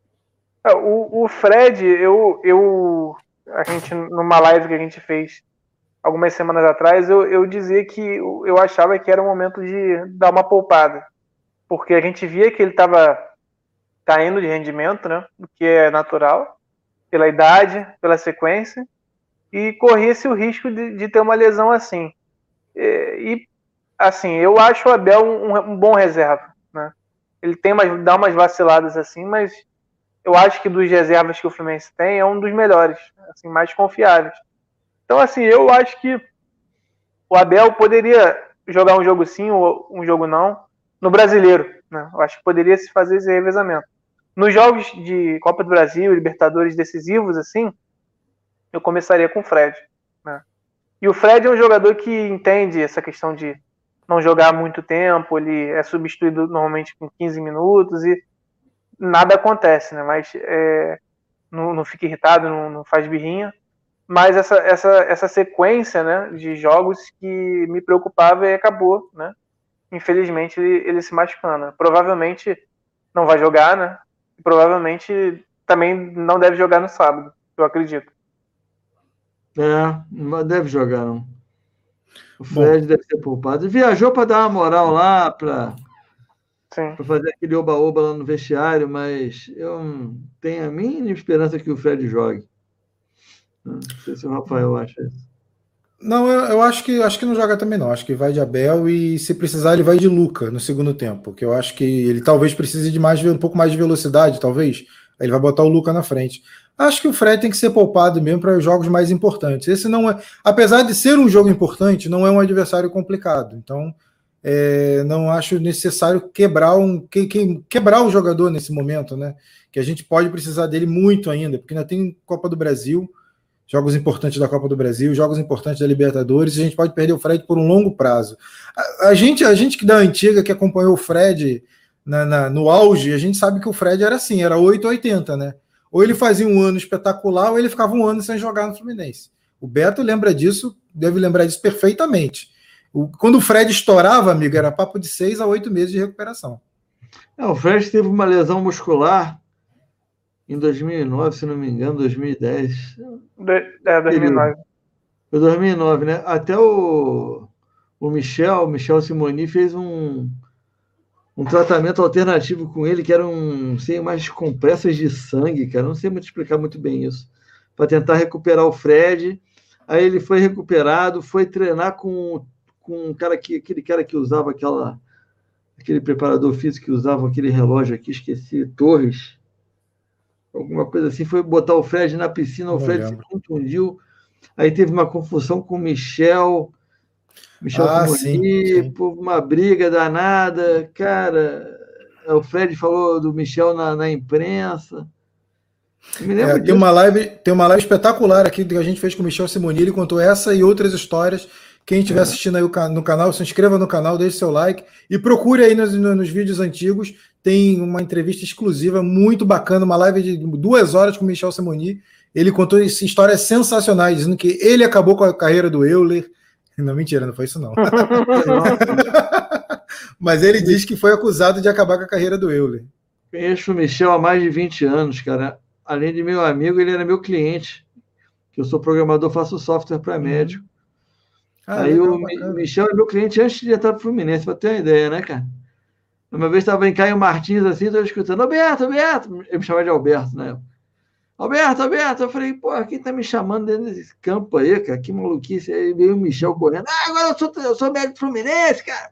O, o Fred, eu, eu, a gente, numa live que a gente fez algumas semanas atrás, eu, eu dizia que eu achava que era o momento de dar uma poupada. Porque a gente via que ele estava caindo de rendimento, né? O que é natural, pela idade, pela sequência, e corria-se o risco de, de ter uma lesão assim. E, e assim, eu acho o Abel um, um bom reserva, né? Ele tem umas, dá umas vaciladas assim, mas eu acho que dos reservas que o Fluminense tem é um dos melhores, assim, mais confiáveis. Então, assim, eu acho que o Abel poderia jogar um jogo sim ou um jogo não no Brasileiro, né? Eu acho que poderia se fazer esse revezamento. Nos jogos de Copa do Brasil, Libertadores decisivos, assim, eu começaria com o Fred, né? E o Fred é um jogador que entende essa questão de não jogar muito tempo, ele é substituído normalmente com quinze minutos e nada acontece, né? Mas é, não, não fica irritado, não, não faz birrinha. Mas essa, essa, essa sequência, né, de jogos que me preocupava e acabou, né? Infelizmente ele, ele se machucando. Provavelmente não vai jogar, né? Provavelmente também não deve jogar no sábado, eu acredito. É, não deve jogar, não. O Fred Bom. deve ser poupado. Viajou para dar uma moral lá, para fazer aquele oba-oba lá no vestiário, mas eu tenho a mínima esperança que o Fred jogue. Não sei se o Rafael acha isso. Não, eu, eu acho que acho que não joga também não. Acho que vai de Abel e, se precisar, ele vai de Luca no segundo tempo, porque eu acho que ele talvez precise de mais, um pouco mais de velocidade, talvez. Aí ele vai botar o Luca na frente. Acho que o Fred tem que ser poupado mesmo para os jogos mais importantes. Esse não é, apesar de ser um jogo importante, não é um adversário complicado. Então, é, não acho necessário quebrar um que, que, quebrar o jogador nesse momento, né? Que a gente pode precisar dele muito ainda, porque ainda tem Copa do Brasil, jogos importantes da Copa do Brasil, jogos importantes da Libertadores, e a gente pode perder o Fred por um longo prazo. A, a gente, a gente que da antiga, que acompanhou o Fred na, na, no auge, a gente sabe que o Fred era assim, era oito ou oitenta, né? Ou ele fazia um ano espetacular, ou ele ficava um ano sem jogar no Fluminense. O Beto lembra disso, deve lembrar disso perfeitamente. O, quando o Fred estourava, amigo, era papo de seis a oito meses de recuperação. É, o Fred teve uma lesão muscular em dois mil e nove, se não me engano, dois mil e dez. É, dois mil e nove. Foi dois mil e nove, né? Até o, o Michel, Michel Simoni fez um, um tratamento alternativo com ele, que eram, não sei, umas compressas de sangue, cara. Não sei muito explicar muito bem isso. Para tentar recuperar o Fred. Aí ele foi recuperado, foi treinar com, com um cara que, aquele cara que usava aquela, aquele preparador físico que usava aquele relógio aqui, esqueci, Torres. Alguma coisa assim, foi botar o Fred na piscina, o Fred se contundiu, aí teve uma confusão com o Michel, Michel ah, Simoni, sim, sim. Pô, uma briga danada, cara, o Fred falou do Michel na, na imprensa. Me lembro é, tem, uma live, tem uma live espetacular aqui que a gente fez com o Michel Simoni, ele contou essa e outras histórias. Quem estiver é. assistindo aí no canal, se inscreva no canal, deixe seu like e procure aí nos, nos vídeos antigos. Tem uma entrevista exclusiva muito bacana, uma live de duas horas com o Michel Simoni. ele contou histórias sensacionais, dizendo que ele acabou com a carreira do Euler. Não, mentira, não foi isso não. Mas ele diz que foi acusado de acabar com a carreira do Euler. Conheço o Michel há mais de vinte anos, cara. Além de meu amigo, ele era meu cliente. Que eu sou programador, faço software para médico. Ah, Aí legal, o bacana. Michel é meu cliente antes de entrar para o Fluminense, para ter uma ideia, né, cara? Uma vez estava em Caio Martins, assim, estou escutando, Alberto, Alberto, eu me chamava de Alberto, né? Alberto, Alberto, eu falei, pô, quem tá me chamando dentro desse campo aí, cara? Que maluquice. Aí veio o Michel correndo, ah, agora eu sou, eu sou médico Fluminense, cara,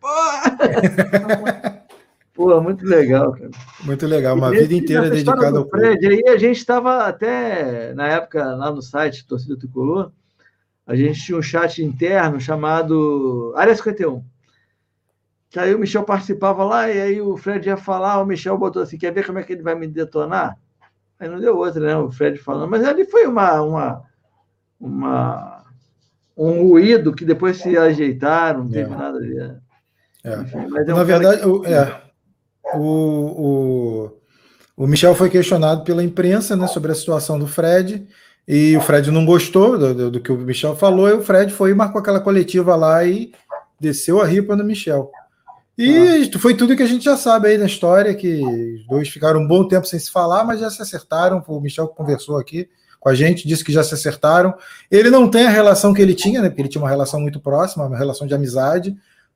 pô! Pô, muito legal, cara. Muito legal, uma vida inteira dedicada ao Fred. Aí a gente estava até, na época, lá no site Torcida Tricolor, a gente tinha um chat interno chamado Área cinquenta e um. Que aí o Michel participava lá, e aí o Fred ia falar, o Michel botou assim, quer ver como é que ele vai me detonar? Aí não deu outra, né? O Fred falando, mas ali foi uma, uma, uma um ruído que depois se ajeitaram, não teve é. nada ali. Né? É. Enfim, mas é um Na verdade, que... o, é, o, o, o Michel foi questionado pela imprensa, né, sobre a situação do Fred, e o Fred não gostou do, do, do que o Michel falou, e o Fred foi e marcou aquela coletiva lá e desceu a ripa no Michel. E ah. foi tudo que a gente já sabe aí na história, que os dois ficaram um bom tempo sem se falar, mas já se acertaram. O Michel conversou aqui com a gente, disse que já se acertaram. Ele não tem a relação que ele tinha, né? Porque ele tinha uma relação muito próxima, uma relação de amizade,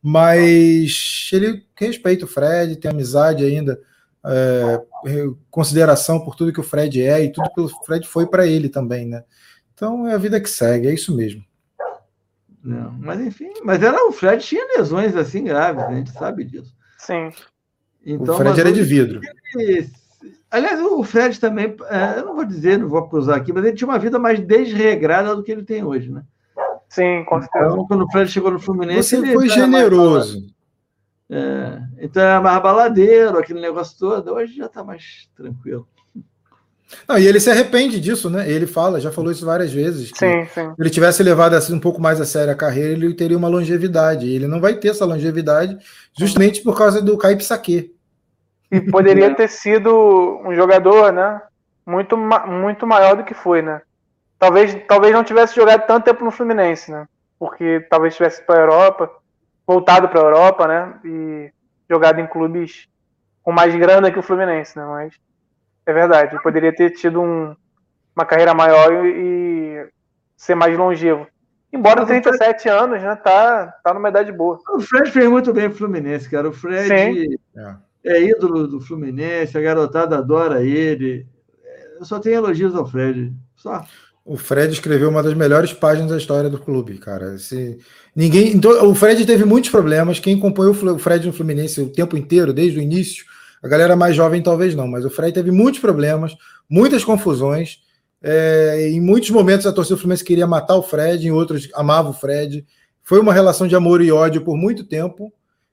mas ele respeita o Fred, tem amizade ainda, é, consideração por tudo que o Fred é e tudo que o Fred foi para ele também, né? Então é a vida que segue, é isso mesmo. Não, mas enfim, mas era, o Fred tinha lesões assim graves, né? A gente sabe disso. Sim. Então, o Fred era de vidro. Ele, aliás, o Fred também, é, eu não vou dizer, não vou acusar aqui, mas ele tinha uma vida mais desregrada do que ele tem hoje, né? Sim, com certeza. Então, quando o Fred chegou no Fluminense... Você ele foi generoso. É, então era mais baladeiro, aquele negócio todo. Hoje já está mais tranquilo. Não, e ele se arrepende disso, né? Ele fala, já falou isso várias vezes. Que sim, sim. Se ele tivesse levado assim um pouco mais a sério a carreira, ele teria uma longevidade. Ele não vai ter essa longevidade justamente por causa do Caio Psaquê. E poderia ter sido um jogador, né? Muito, muito maior do que foi, né? Talvez, talvez não tivesse jogado tanto tempo no Fluminense, né? Porque talvez tivesse para a Europa, voltado para a Europa, né? E jogado em clubes com mais grana que o Fluminense, né? Mas é verdade, ele poderia ter tido um, uma carreira maior e, e ser mais longevo. Embora Mas trinta e sete Fred... anos, né? Tá, tá numa idade boa. O Fred fez muito bem pro Fluminense, cara. O Fred é. é ídolo do Fluminense, a garotada adora ele. Eu só tenho elogios ao Fred. Só. O Fred escreveu uma das melhores páginas da história do clube, cara. Esse... Ninguém... Então, o Fred teve muitos problemas. Quem acompanhou o Fred no Fluminense o tempo inteiro, desde o início, a galera mais jovem talvez não, mas o Fred teve muitos problemas, muitas confusões. É... Em muitos momentos a torcida do Fluminense queria matar o Fred, em outros amava o Fred. Foi uma relação de amor e ódio por muito tempo.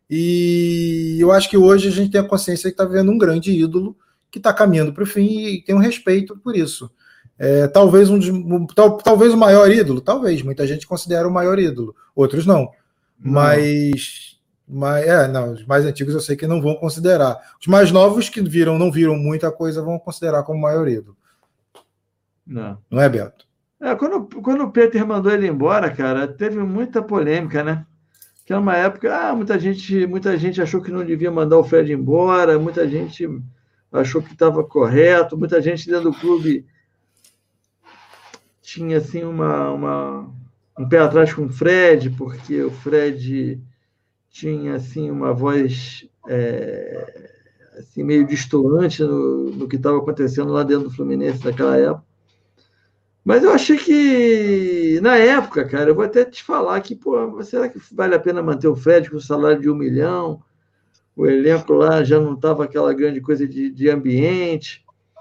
E eu acho que hoje a gente tem a consciência que está vivendo um grande ídolo que está caminhando para o fim e tem um respeito por isso. É, talvez, um, um, tal, talvez o maior ídolo, talvez, muita gente considera o maior ídolo, outros não, não. Mas, mas é, não, os mais antigos eu sei que não vão considerar, os mais novos que viram, não viram muita coisa vão considerar como maior ídolo. Não, não é, Beto? É, quando, quando o Peter mandou ele embora, cara, teve muita polêmica, né? Que era uma época, ah, muita gente, muita gente achou que não devia mandar o Fred embora, muita gente achou que estava correto, muita gente dentro do clube tinha assim uma, uma, um pé atrás com o Fred, porque o Fred tinha assim uma voz é, assim, meio destoante no, no que estava acontecendo lá dentro do Fluminense naquela época. Mas eu achei que, na época, cara, eu vou até te falar que, pô, será que vale a pena manter o Fred com o salário de um milhão? O elenco lá já não estava aquela grande coisa de, de ambiente.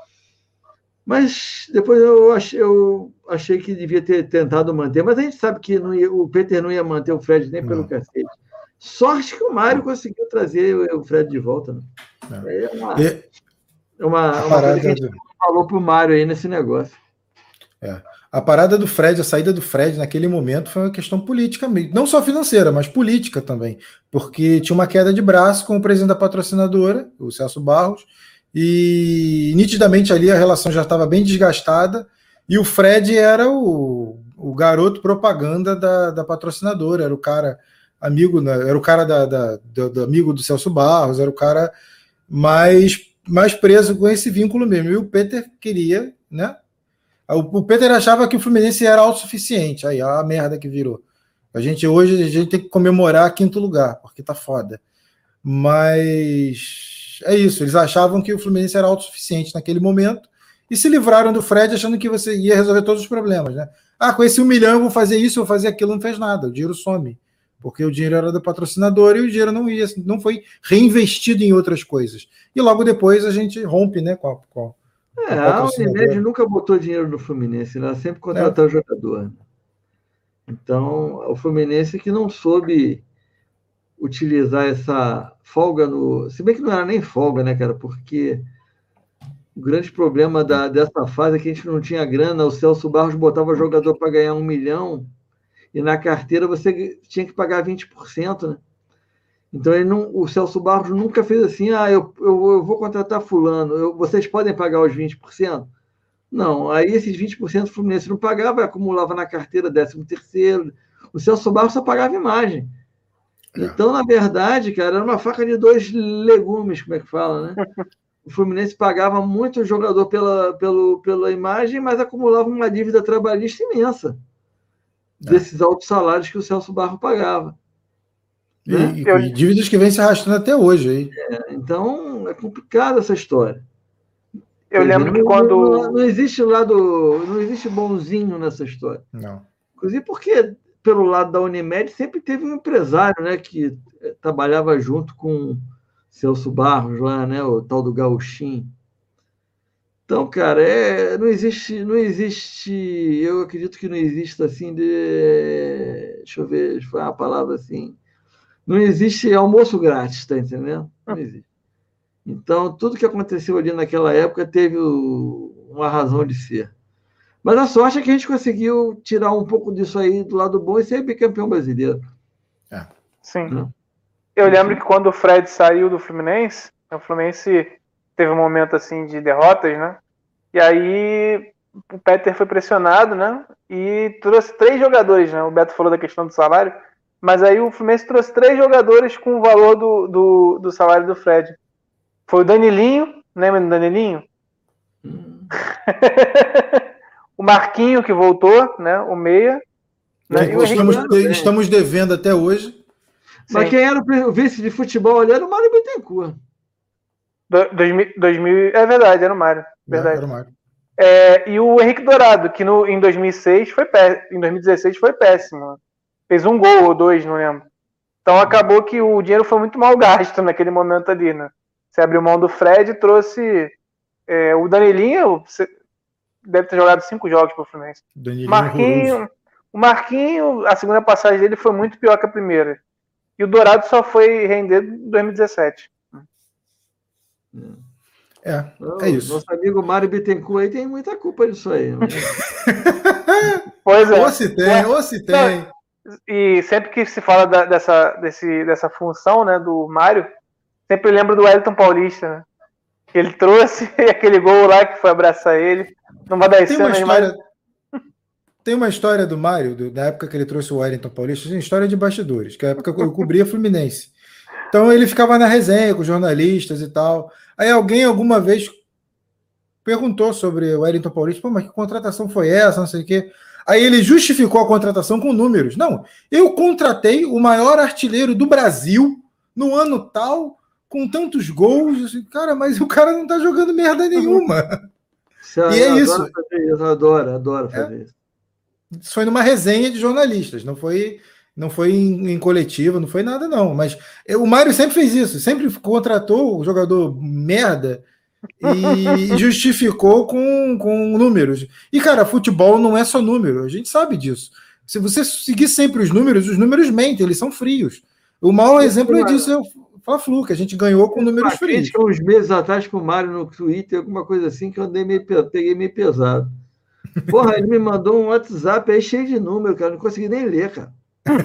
Mas depois eu achei, eu achei que devia ter tentado manter, mas a gente sabe que não ia, o Peter não ia manter o Fred nem não. pelo cacete. Sorte que o Mário conseguiu trazer o Fred de volta. Né? É uma, e, é uma, uma coisa que a gente do... falou para o Mário aí nesse negócio. É. A parada do Fred, a saída do Fred naquele momento foi uma questão política, não só financeira, mas política também, porque tinha uma queda de braço com o presidente da patrocinadora, o Celso Barros, e nitidamente ali a relação já estava bem desgastada E o Fred era o, o garoto propaganda da, da patrocinadora, era o cara amigo, né, era o cara da, da, do, do amigo do Celso Barros, era o cara mais, mais preso com esse vínculo mesmo. E o Peter queria, né? O, o Peter achava que o Fluminense era autossuficiente. Aí, ó, a merda que virou. A gente hoje a gente tem que comemorar quinto lugar, porque tá foda. Mas é isso, eles achavam que o Fluminense era autossuficiente naquele momento e se livraram do Fred achando que você ia resolver todos os problemas, né? Ah, com esse um milhão eu vou fazer isso, eu vou fazer aquilo, não fez nada, o dinheiro some, porque o dinheiro era do patrocinador e o dinheiro não ia, não foi reinvestido em outras coisas. E logo depois a gente rompe, né, com a, com a, é, a Unimed nunca botou dinheiro no Fluminense, ela sempre contratou é. o jogador. Então, o Fluminense que não soube utilizar essa folga no... Se bem que não era nem folga, né, cara? Porque o grande problema da, dessa fase é que a gente não tinha grana, o Celso Barros botava jogador para ganhar um milhão e na carteira você tinha que pagar vinte por cento, né? Então, ele não, o Celso Barros nunca fez assim, ah, eu, eu, eu vou contratar fulano, eu, vocês podem pagar os vinte por cento? Não, aí esses vinte por cento o Fluminense não pagava, acumulava na carteira décimo terceiro. O Celso Barros só pagava imagem. Então, na verdade, cara, era uma faca de dois legumes, como é que fala, né? O Fluminense pagava muito jogador pela, pelo, pela imagem, mas acumulava uma dívida trabalhista imensa desses altos salários que o Celso Barros pagava. E, né? e, e dívidas que vêm se arrastando até hoje. Aí. É, então, é complicada essa história. Eu lembro não, que quando... Não, não existe lado... Não existe bonzinho nessa história. Não. Inclusive porque, pelo lado da Unimed, sempre teve um empresário, né, que trabalhava junto com Celso Barros lá, né, o tal do Gauchinho. Então, cara, é, não existe... Não existe... Eu acredito que não existe, assim, de... Deixa eu ver, deixa eu falar uma palavra assim... Não existe almoço grátis, tá entendendo? Não existe. Então, tudo que aconteceu ali naquela época teve uma razão de ser. Mas a sorte é que a gente conseguiu tirar um pouco disso aí do lado bom e ser bicampeão brasileiro. É. Sim. Né? Eu lembro que quando o Fred saiu do Fluminense, o Fluminense teve um momento assim de derrotas, né? E aí o Peter foi pressionado, né? E trouxe três jogadores, né? O Beto falou da questão do salário, mas aí o Fluminense trouxe três jogadores com o valor do, do, do salário do Fred. Foi o Danilinho, lembra do Danilinho? Hum. O Marquinho, que voltou, né? O Meia. Né? E o estamos, estamos devendo até hoje. Mas Sim. quem era o vice de futebol ali era o Mário Bittencourt. Do, dois mil, é verdade, era o Mário. Verdade. É, era o Mário. É, e o Henrique Dourado, que no, em dois mil e seis foi pé, em dois mil e dezesseis foi péssimo. Fez um gol ou dois, não lembro. Então acabou que o dinheiro foi muito mal gasto naquele momento ali, né? Você abriu mão do Fred e trouxe é, o Danilinho, você deve ter jogado cinco jogos pro Fluminense. Marquinho, o Marquinho, a segunda passagem dele foi muito pior que a primeira. E o Dourado só foi render em dois mil e dezessete. É, é isso. Nosso amigo Mário Bittencourt aí tem muita culpa disso aí. Né? Pois é. Ou se tem, é. ou se tem. E sempre que se fala da, dessa, desse, dessa função, né, do Mário, sempre lembro do Wellington Paulista, né? Que ele trouxe aquele gol lá que foi abraçar ele. Numa das tem cenas uma história, mais... Tem uma história do Mário, do, da época que ele trouxe o Wellington Paulista, uma história de bastidores, que é a época que eu cobria Fluminense. Então ele ficava na resenha com jornalistas e tal. Aí alguém alguma vez perguntou sobre o Wellington Paulista, pô, mas que contratação foi essa, não sei o quê. Aí ele justificou a contratação com números. Não, eu contratei o maior artilheiro do Brasil no ano tal, com tantos gols. Assim, cara, mas o cara não tá jogando merda nenhuma. E é isso. Eu adoro, adoro fazer é. isso. Isso foi numa resenha de jornalistas, não foi, não foi em, em coletiva, não foi nada, não. Mas eu, o Mário sempre fez isso, sempre contratou o jogador merda e justificou com, com números. E, cara, futebol não é só número, a gente sabe disso. Se você seguir sempre os números, os números mentem, eles são frios. O maior exemplo é disso é o Fla-Flu, que a gente ganhou com números frios. Uns meses atrás com o Mário no Twitter, alguma coisa assim, que eu andei meio, peguei meio pesado. Porra, ele me mandou um WhatsApp aí cheio de número, cara, não consegui nem ler, cara.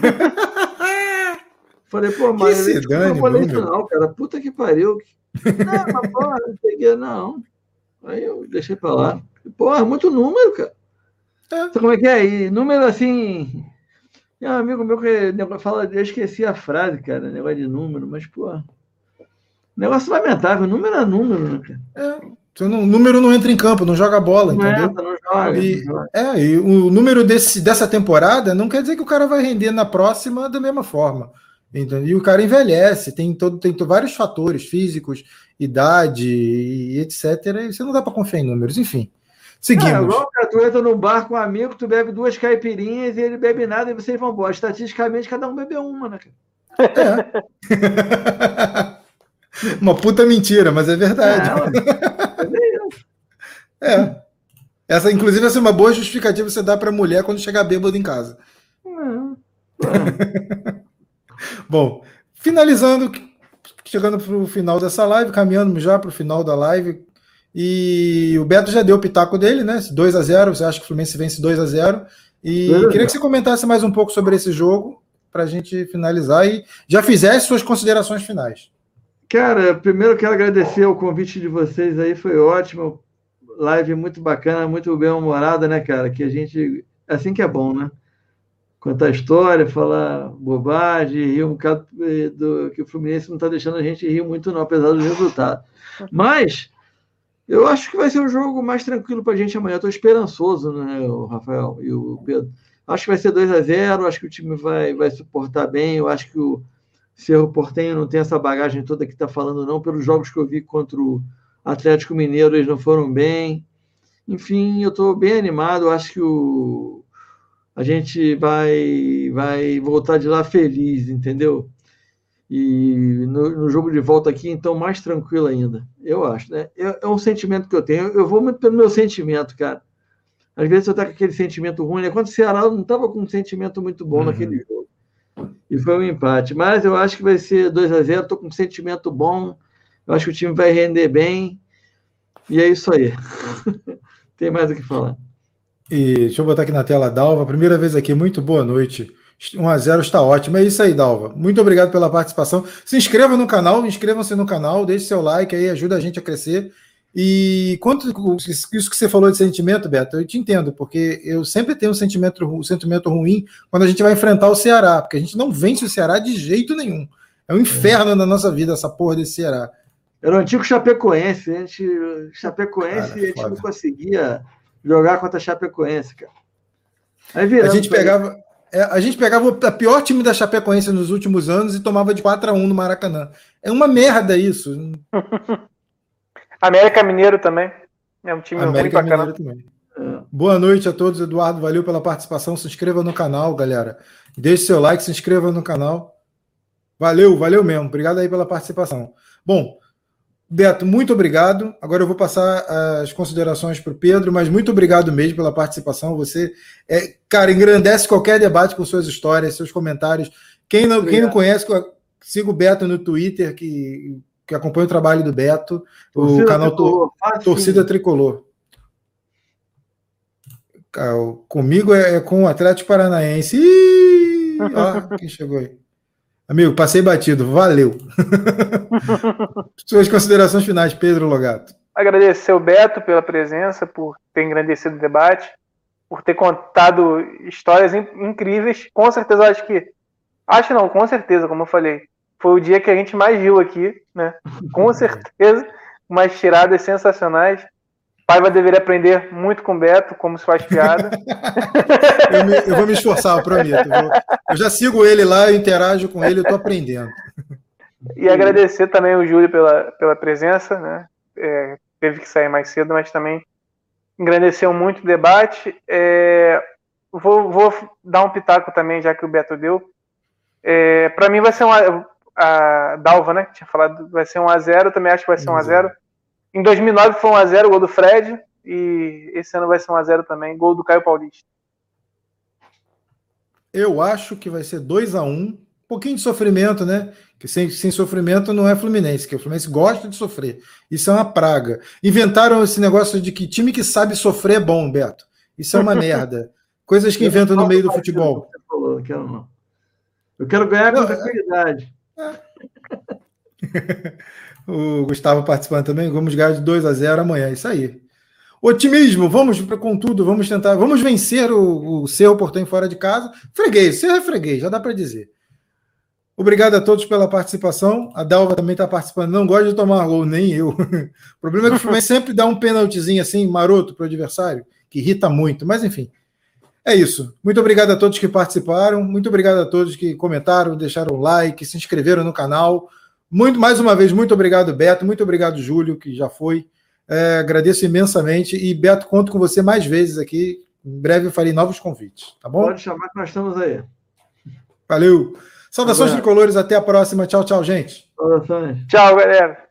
Falei, pô, Mário, eu não falei isso não, cara, puta que pariu. Não, mas porra, não peguei, não. Aí eu deixei pra lá. Porra, muito número, cara. É. Sabe como é que é? E número assim. Tem um amigo meu que fala, eu esqueci a frase, cara, negócio de número, mas, pô. Negócio lamentável, número é número, né, cara? É. O número não entra em campo, não joga bola, não entendeu? Entra, não joga, e, não joga. É, e o número desse, dessa temporada não quer dizer que o cara vai render na próxima da mesma forma. Entendeu? E o cara envelhece, tem, todo, tem vários fatores físicos, idade e etcétera. E você não dá para confiar em números, enfim. Seguimos. É, igual, cara, tu entra num bar com um amigo, tu bebe duas caipirinhas e ele bebe nada e vocês vão embora. Estatisticamente, cada um bebe uma, né, cara? É. Uma puta mentira, mas é verdade. É, é. Essa, inclusive, essa é uma boa justificativa que você dá para a mulher quando chegar bêbado em casa. É. É. Bom, finalizando, chegando para o final dessa live, caminhando já para o final da live, e o Beto já deu o pitaco dele, né? dois a zero, você acha que o Fluminense vence dois a zero? E é. queria que você comentasse mais um pouco sobre esse jogo, para a gente finalizar e já fizesse suas considerações finais. Cara, primeiro eu quero agradecer o convite de vocês aí, foi ótimo. Live muito bacana, muito bem-humorada, né, cara? Que a gente. Assim que é bom, né? Contar história, falar bobagem, rir um bocado do que o Fluminense não está deixando a gente rir muito, não, apesar do resultado. Mas eu acho que vai ser um jogo mais tranquilo para a gente amanhã. Estou esperançoso, né, o Rafael e o Pedro. Acho que vai ser dois a zero, acho que o time vai, vai suportar bem, eu acho que o Cerro Porteño não tem essa bagagem toda que está falando, não. Pelos jogos que eu vi contra o Atlético Mineiro, eles não foram bem. Enfim, eu estou bem animado. Eu acho que o... a gente vai, vai voltar de lá feliz, entendeu? E no, no jogo de volta aqui, então, mais tranquilo ainda. Eu acho, né? É, é um sentimento que eu tenho. Eu vou muito pelo meu sentimento, cara. Às vezes eu estou com aquele sentimento ruim, né? Quando o Ceará não estava com um sentimento muito bom uhum. naquele jogo. E foi um empate. Mas eu acho que vai ser dois a zero. Estou com um sentimento bom. Eu acho que o time vai render bem. E é isso aí. Tem mais o que falar. E deixa eu botar aqui na tela, Dalva. Primeira vez aqui. Muito boa noite. um a zero está ótimo. É isso aí, Dalva. Muito obrigado pela participação. Se inscreva no canal. Inscrevam-se no canal. Deixe seu like aí. Ajuda a gente a crescer. E quanto isso que você falou de sentimento, Beto, eu te entendo, porque eu sempre tenho um sentimento, um sentimento ruim quando a gente vai enfrentar o Ceará, porque a gente não vence o Ceará de jeito nenhum. É um inferno é. na nossa vida essa porra desse Ceará. Era o antigo Chapecoense, a gente, Chapecoense, cara, a gente foda. Não conseguia jogar contra a Chapecoense, cara. Aí viramos, a gente pegava, é, a gente pegava o pior time da Chapecoense nos últimos anos e tomava de quatro a um no Maracanã. É uma merda isso. América Mineiro também. É um time América muito bacana. Também. É. Boa noite a todos, Eduardo. Valeu pela participação. Se inscreva no canal, galera. Deixe seu like, se inscreva no canal. Valeu, valeu mesmo. Obrigado aí pela participação. Bom, Beto, muito obrigado. Agora eu vou passar as considerações para o Pedro, mas muito obrigado mesmo pela participação. Você, é, cara, engrandece qualquer debate com suas histórias, seus comentários. Quem não, quem não conhece, siga o Beto no Twitter, que... que acompanha o trabalho do Beto, Torcida o canal Tricolor. Torcida Tricolor. Comigo é com o Atlético Paranaense. Ih, ó, quem chegou aí? Amigo, passei batido, valeu. Suas considerações finais, Pedro Logato. Agradecer o Beto pela presença, por ter engrandecido o debate, por ter contado histórias incríveis. Com certeza, acho que... Acho não, com certeza, como eu falei. Foi o dia que a gente mais viu aqui, né? Com certeza, umas tiradas sensacionais. Paiva deveria aprender muito com o Beto, como se faz piada. eu, me, eu vou me esforçar, eu prometo. Eu, vou, eu já sigo ele lá, eu interajo com ele, eu estou aprendendo. E agradecer também o Júlio pela, pela presença, né? É, teve que sair mais cedo, mas também engrandeceu muito o debate. É, vou, vou dar um pitaco também, já que o Beto deu. É, para mim vai ser uma... A Dalva, né, que tinha falado, vai ser um a zero, também acho que vai ser um a zero. Em dois mil e nove foi um a zero, gol do Fred, e esse ano vai ser um a zero também, gol do Caio Paulista. Eu acho que vai ser dois a um, um pouquinho de sofrimento, né, que sem, sem sofrimento não é Fluminense, que o Fluminense gosta de sofrer, isso é uma praga. Inventaram esse negócio de que time que sabe sofrer é bom, Beto, isso é uma merda. Coisas que inventam no meio do futebol. Eu quero, não. Eu quero ganhar com tranquilidade. O Gustavo participando também. Vamos ganhar de dois a zero amanhã. Isso aí. Otimismo, vamos pra, com tudo, vamos tentar, vamos vencer o, o Cerro Porteño fora de casa. Freguês, Cerro é freguês, já dá para dizer. Obrigado a todos pela participação. A Dalva também está participando. Não gosta de tomar gol, nem eu. O problema é que o Fluminense sempre dá um pênaltizinho assim, maroto para o adversário, que irrita muito. Mas, enfim, é isso. Muito obrigado a todos que participaram. Muito obrigado a todos que comentaram, deixaram like, se inscreveram no canal. Muito, mais uma vez, muito obrigado, Beto. Muito obrigado, Júlio, que já foi. É, agradeço imensamente. E, Beto, conto com você mais vezes aqui. Em breve eu farei novos convites. Tá bom? Pode chamar que nós estamos aí. Valeu. Saudações tricolores, até a próxima. Tchau, tchau, gente. Saudações. Tchau, galera.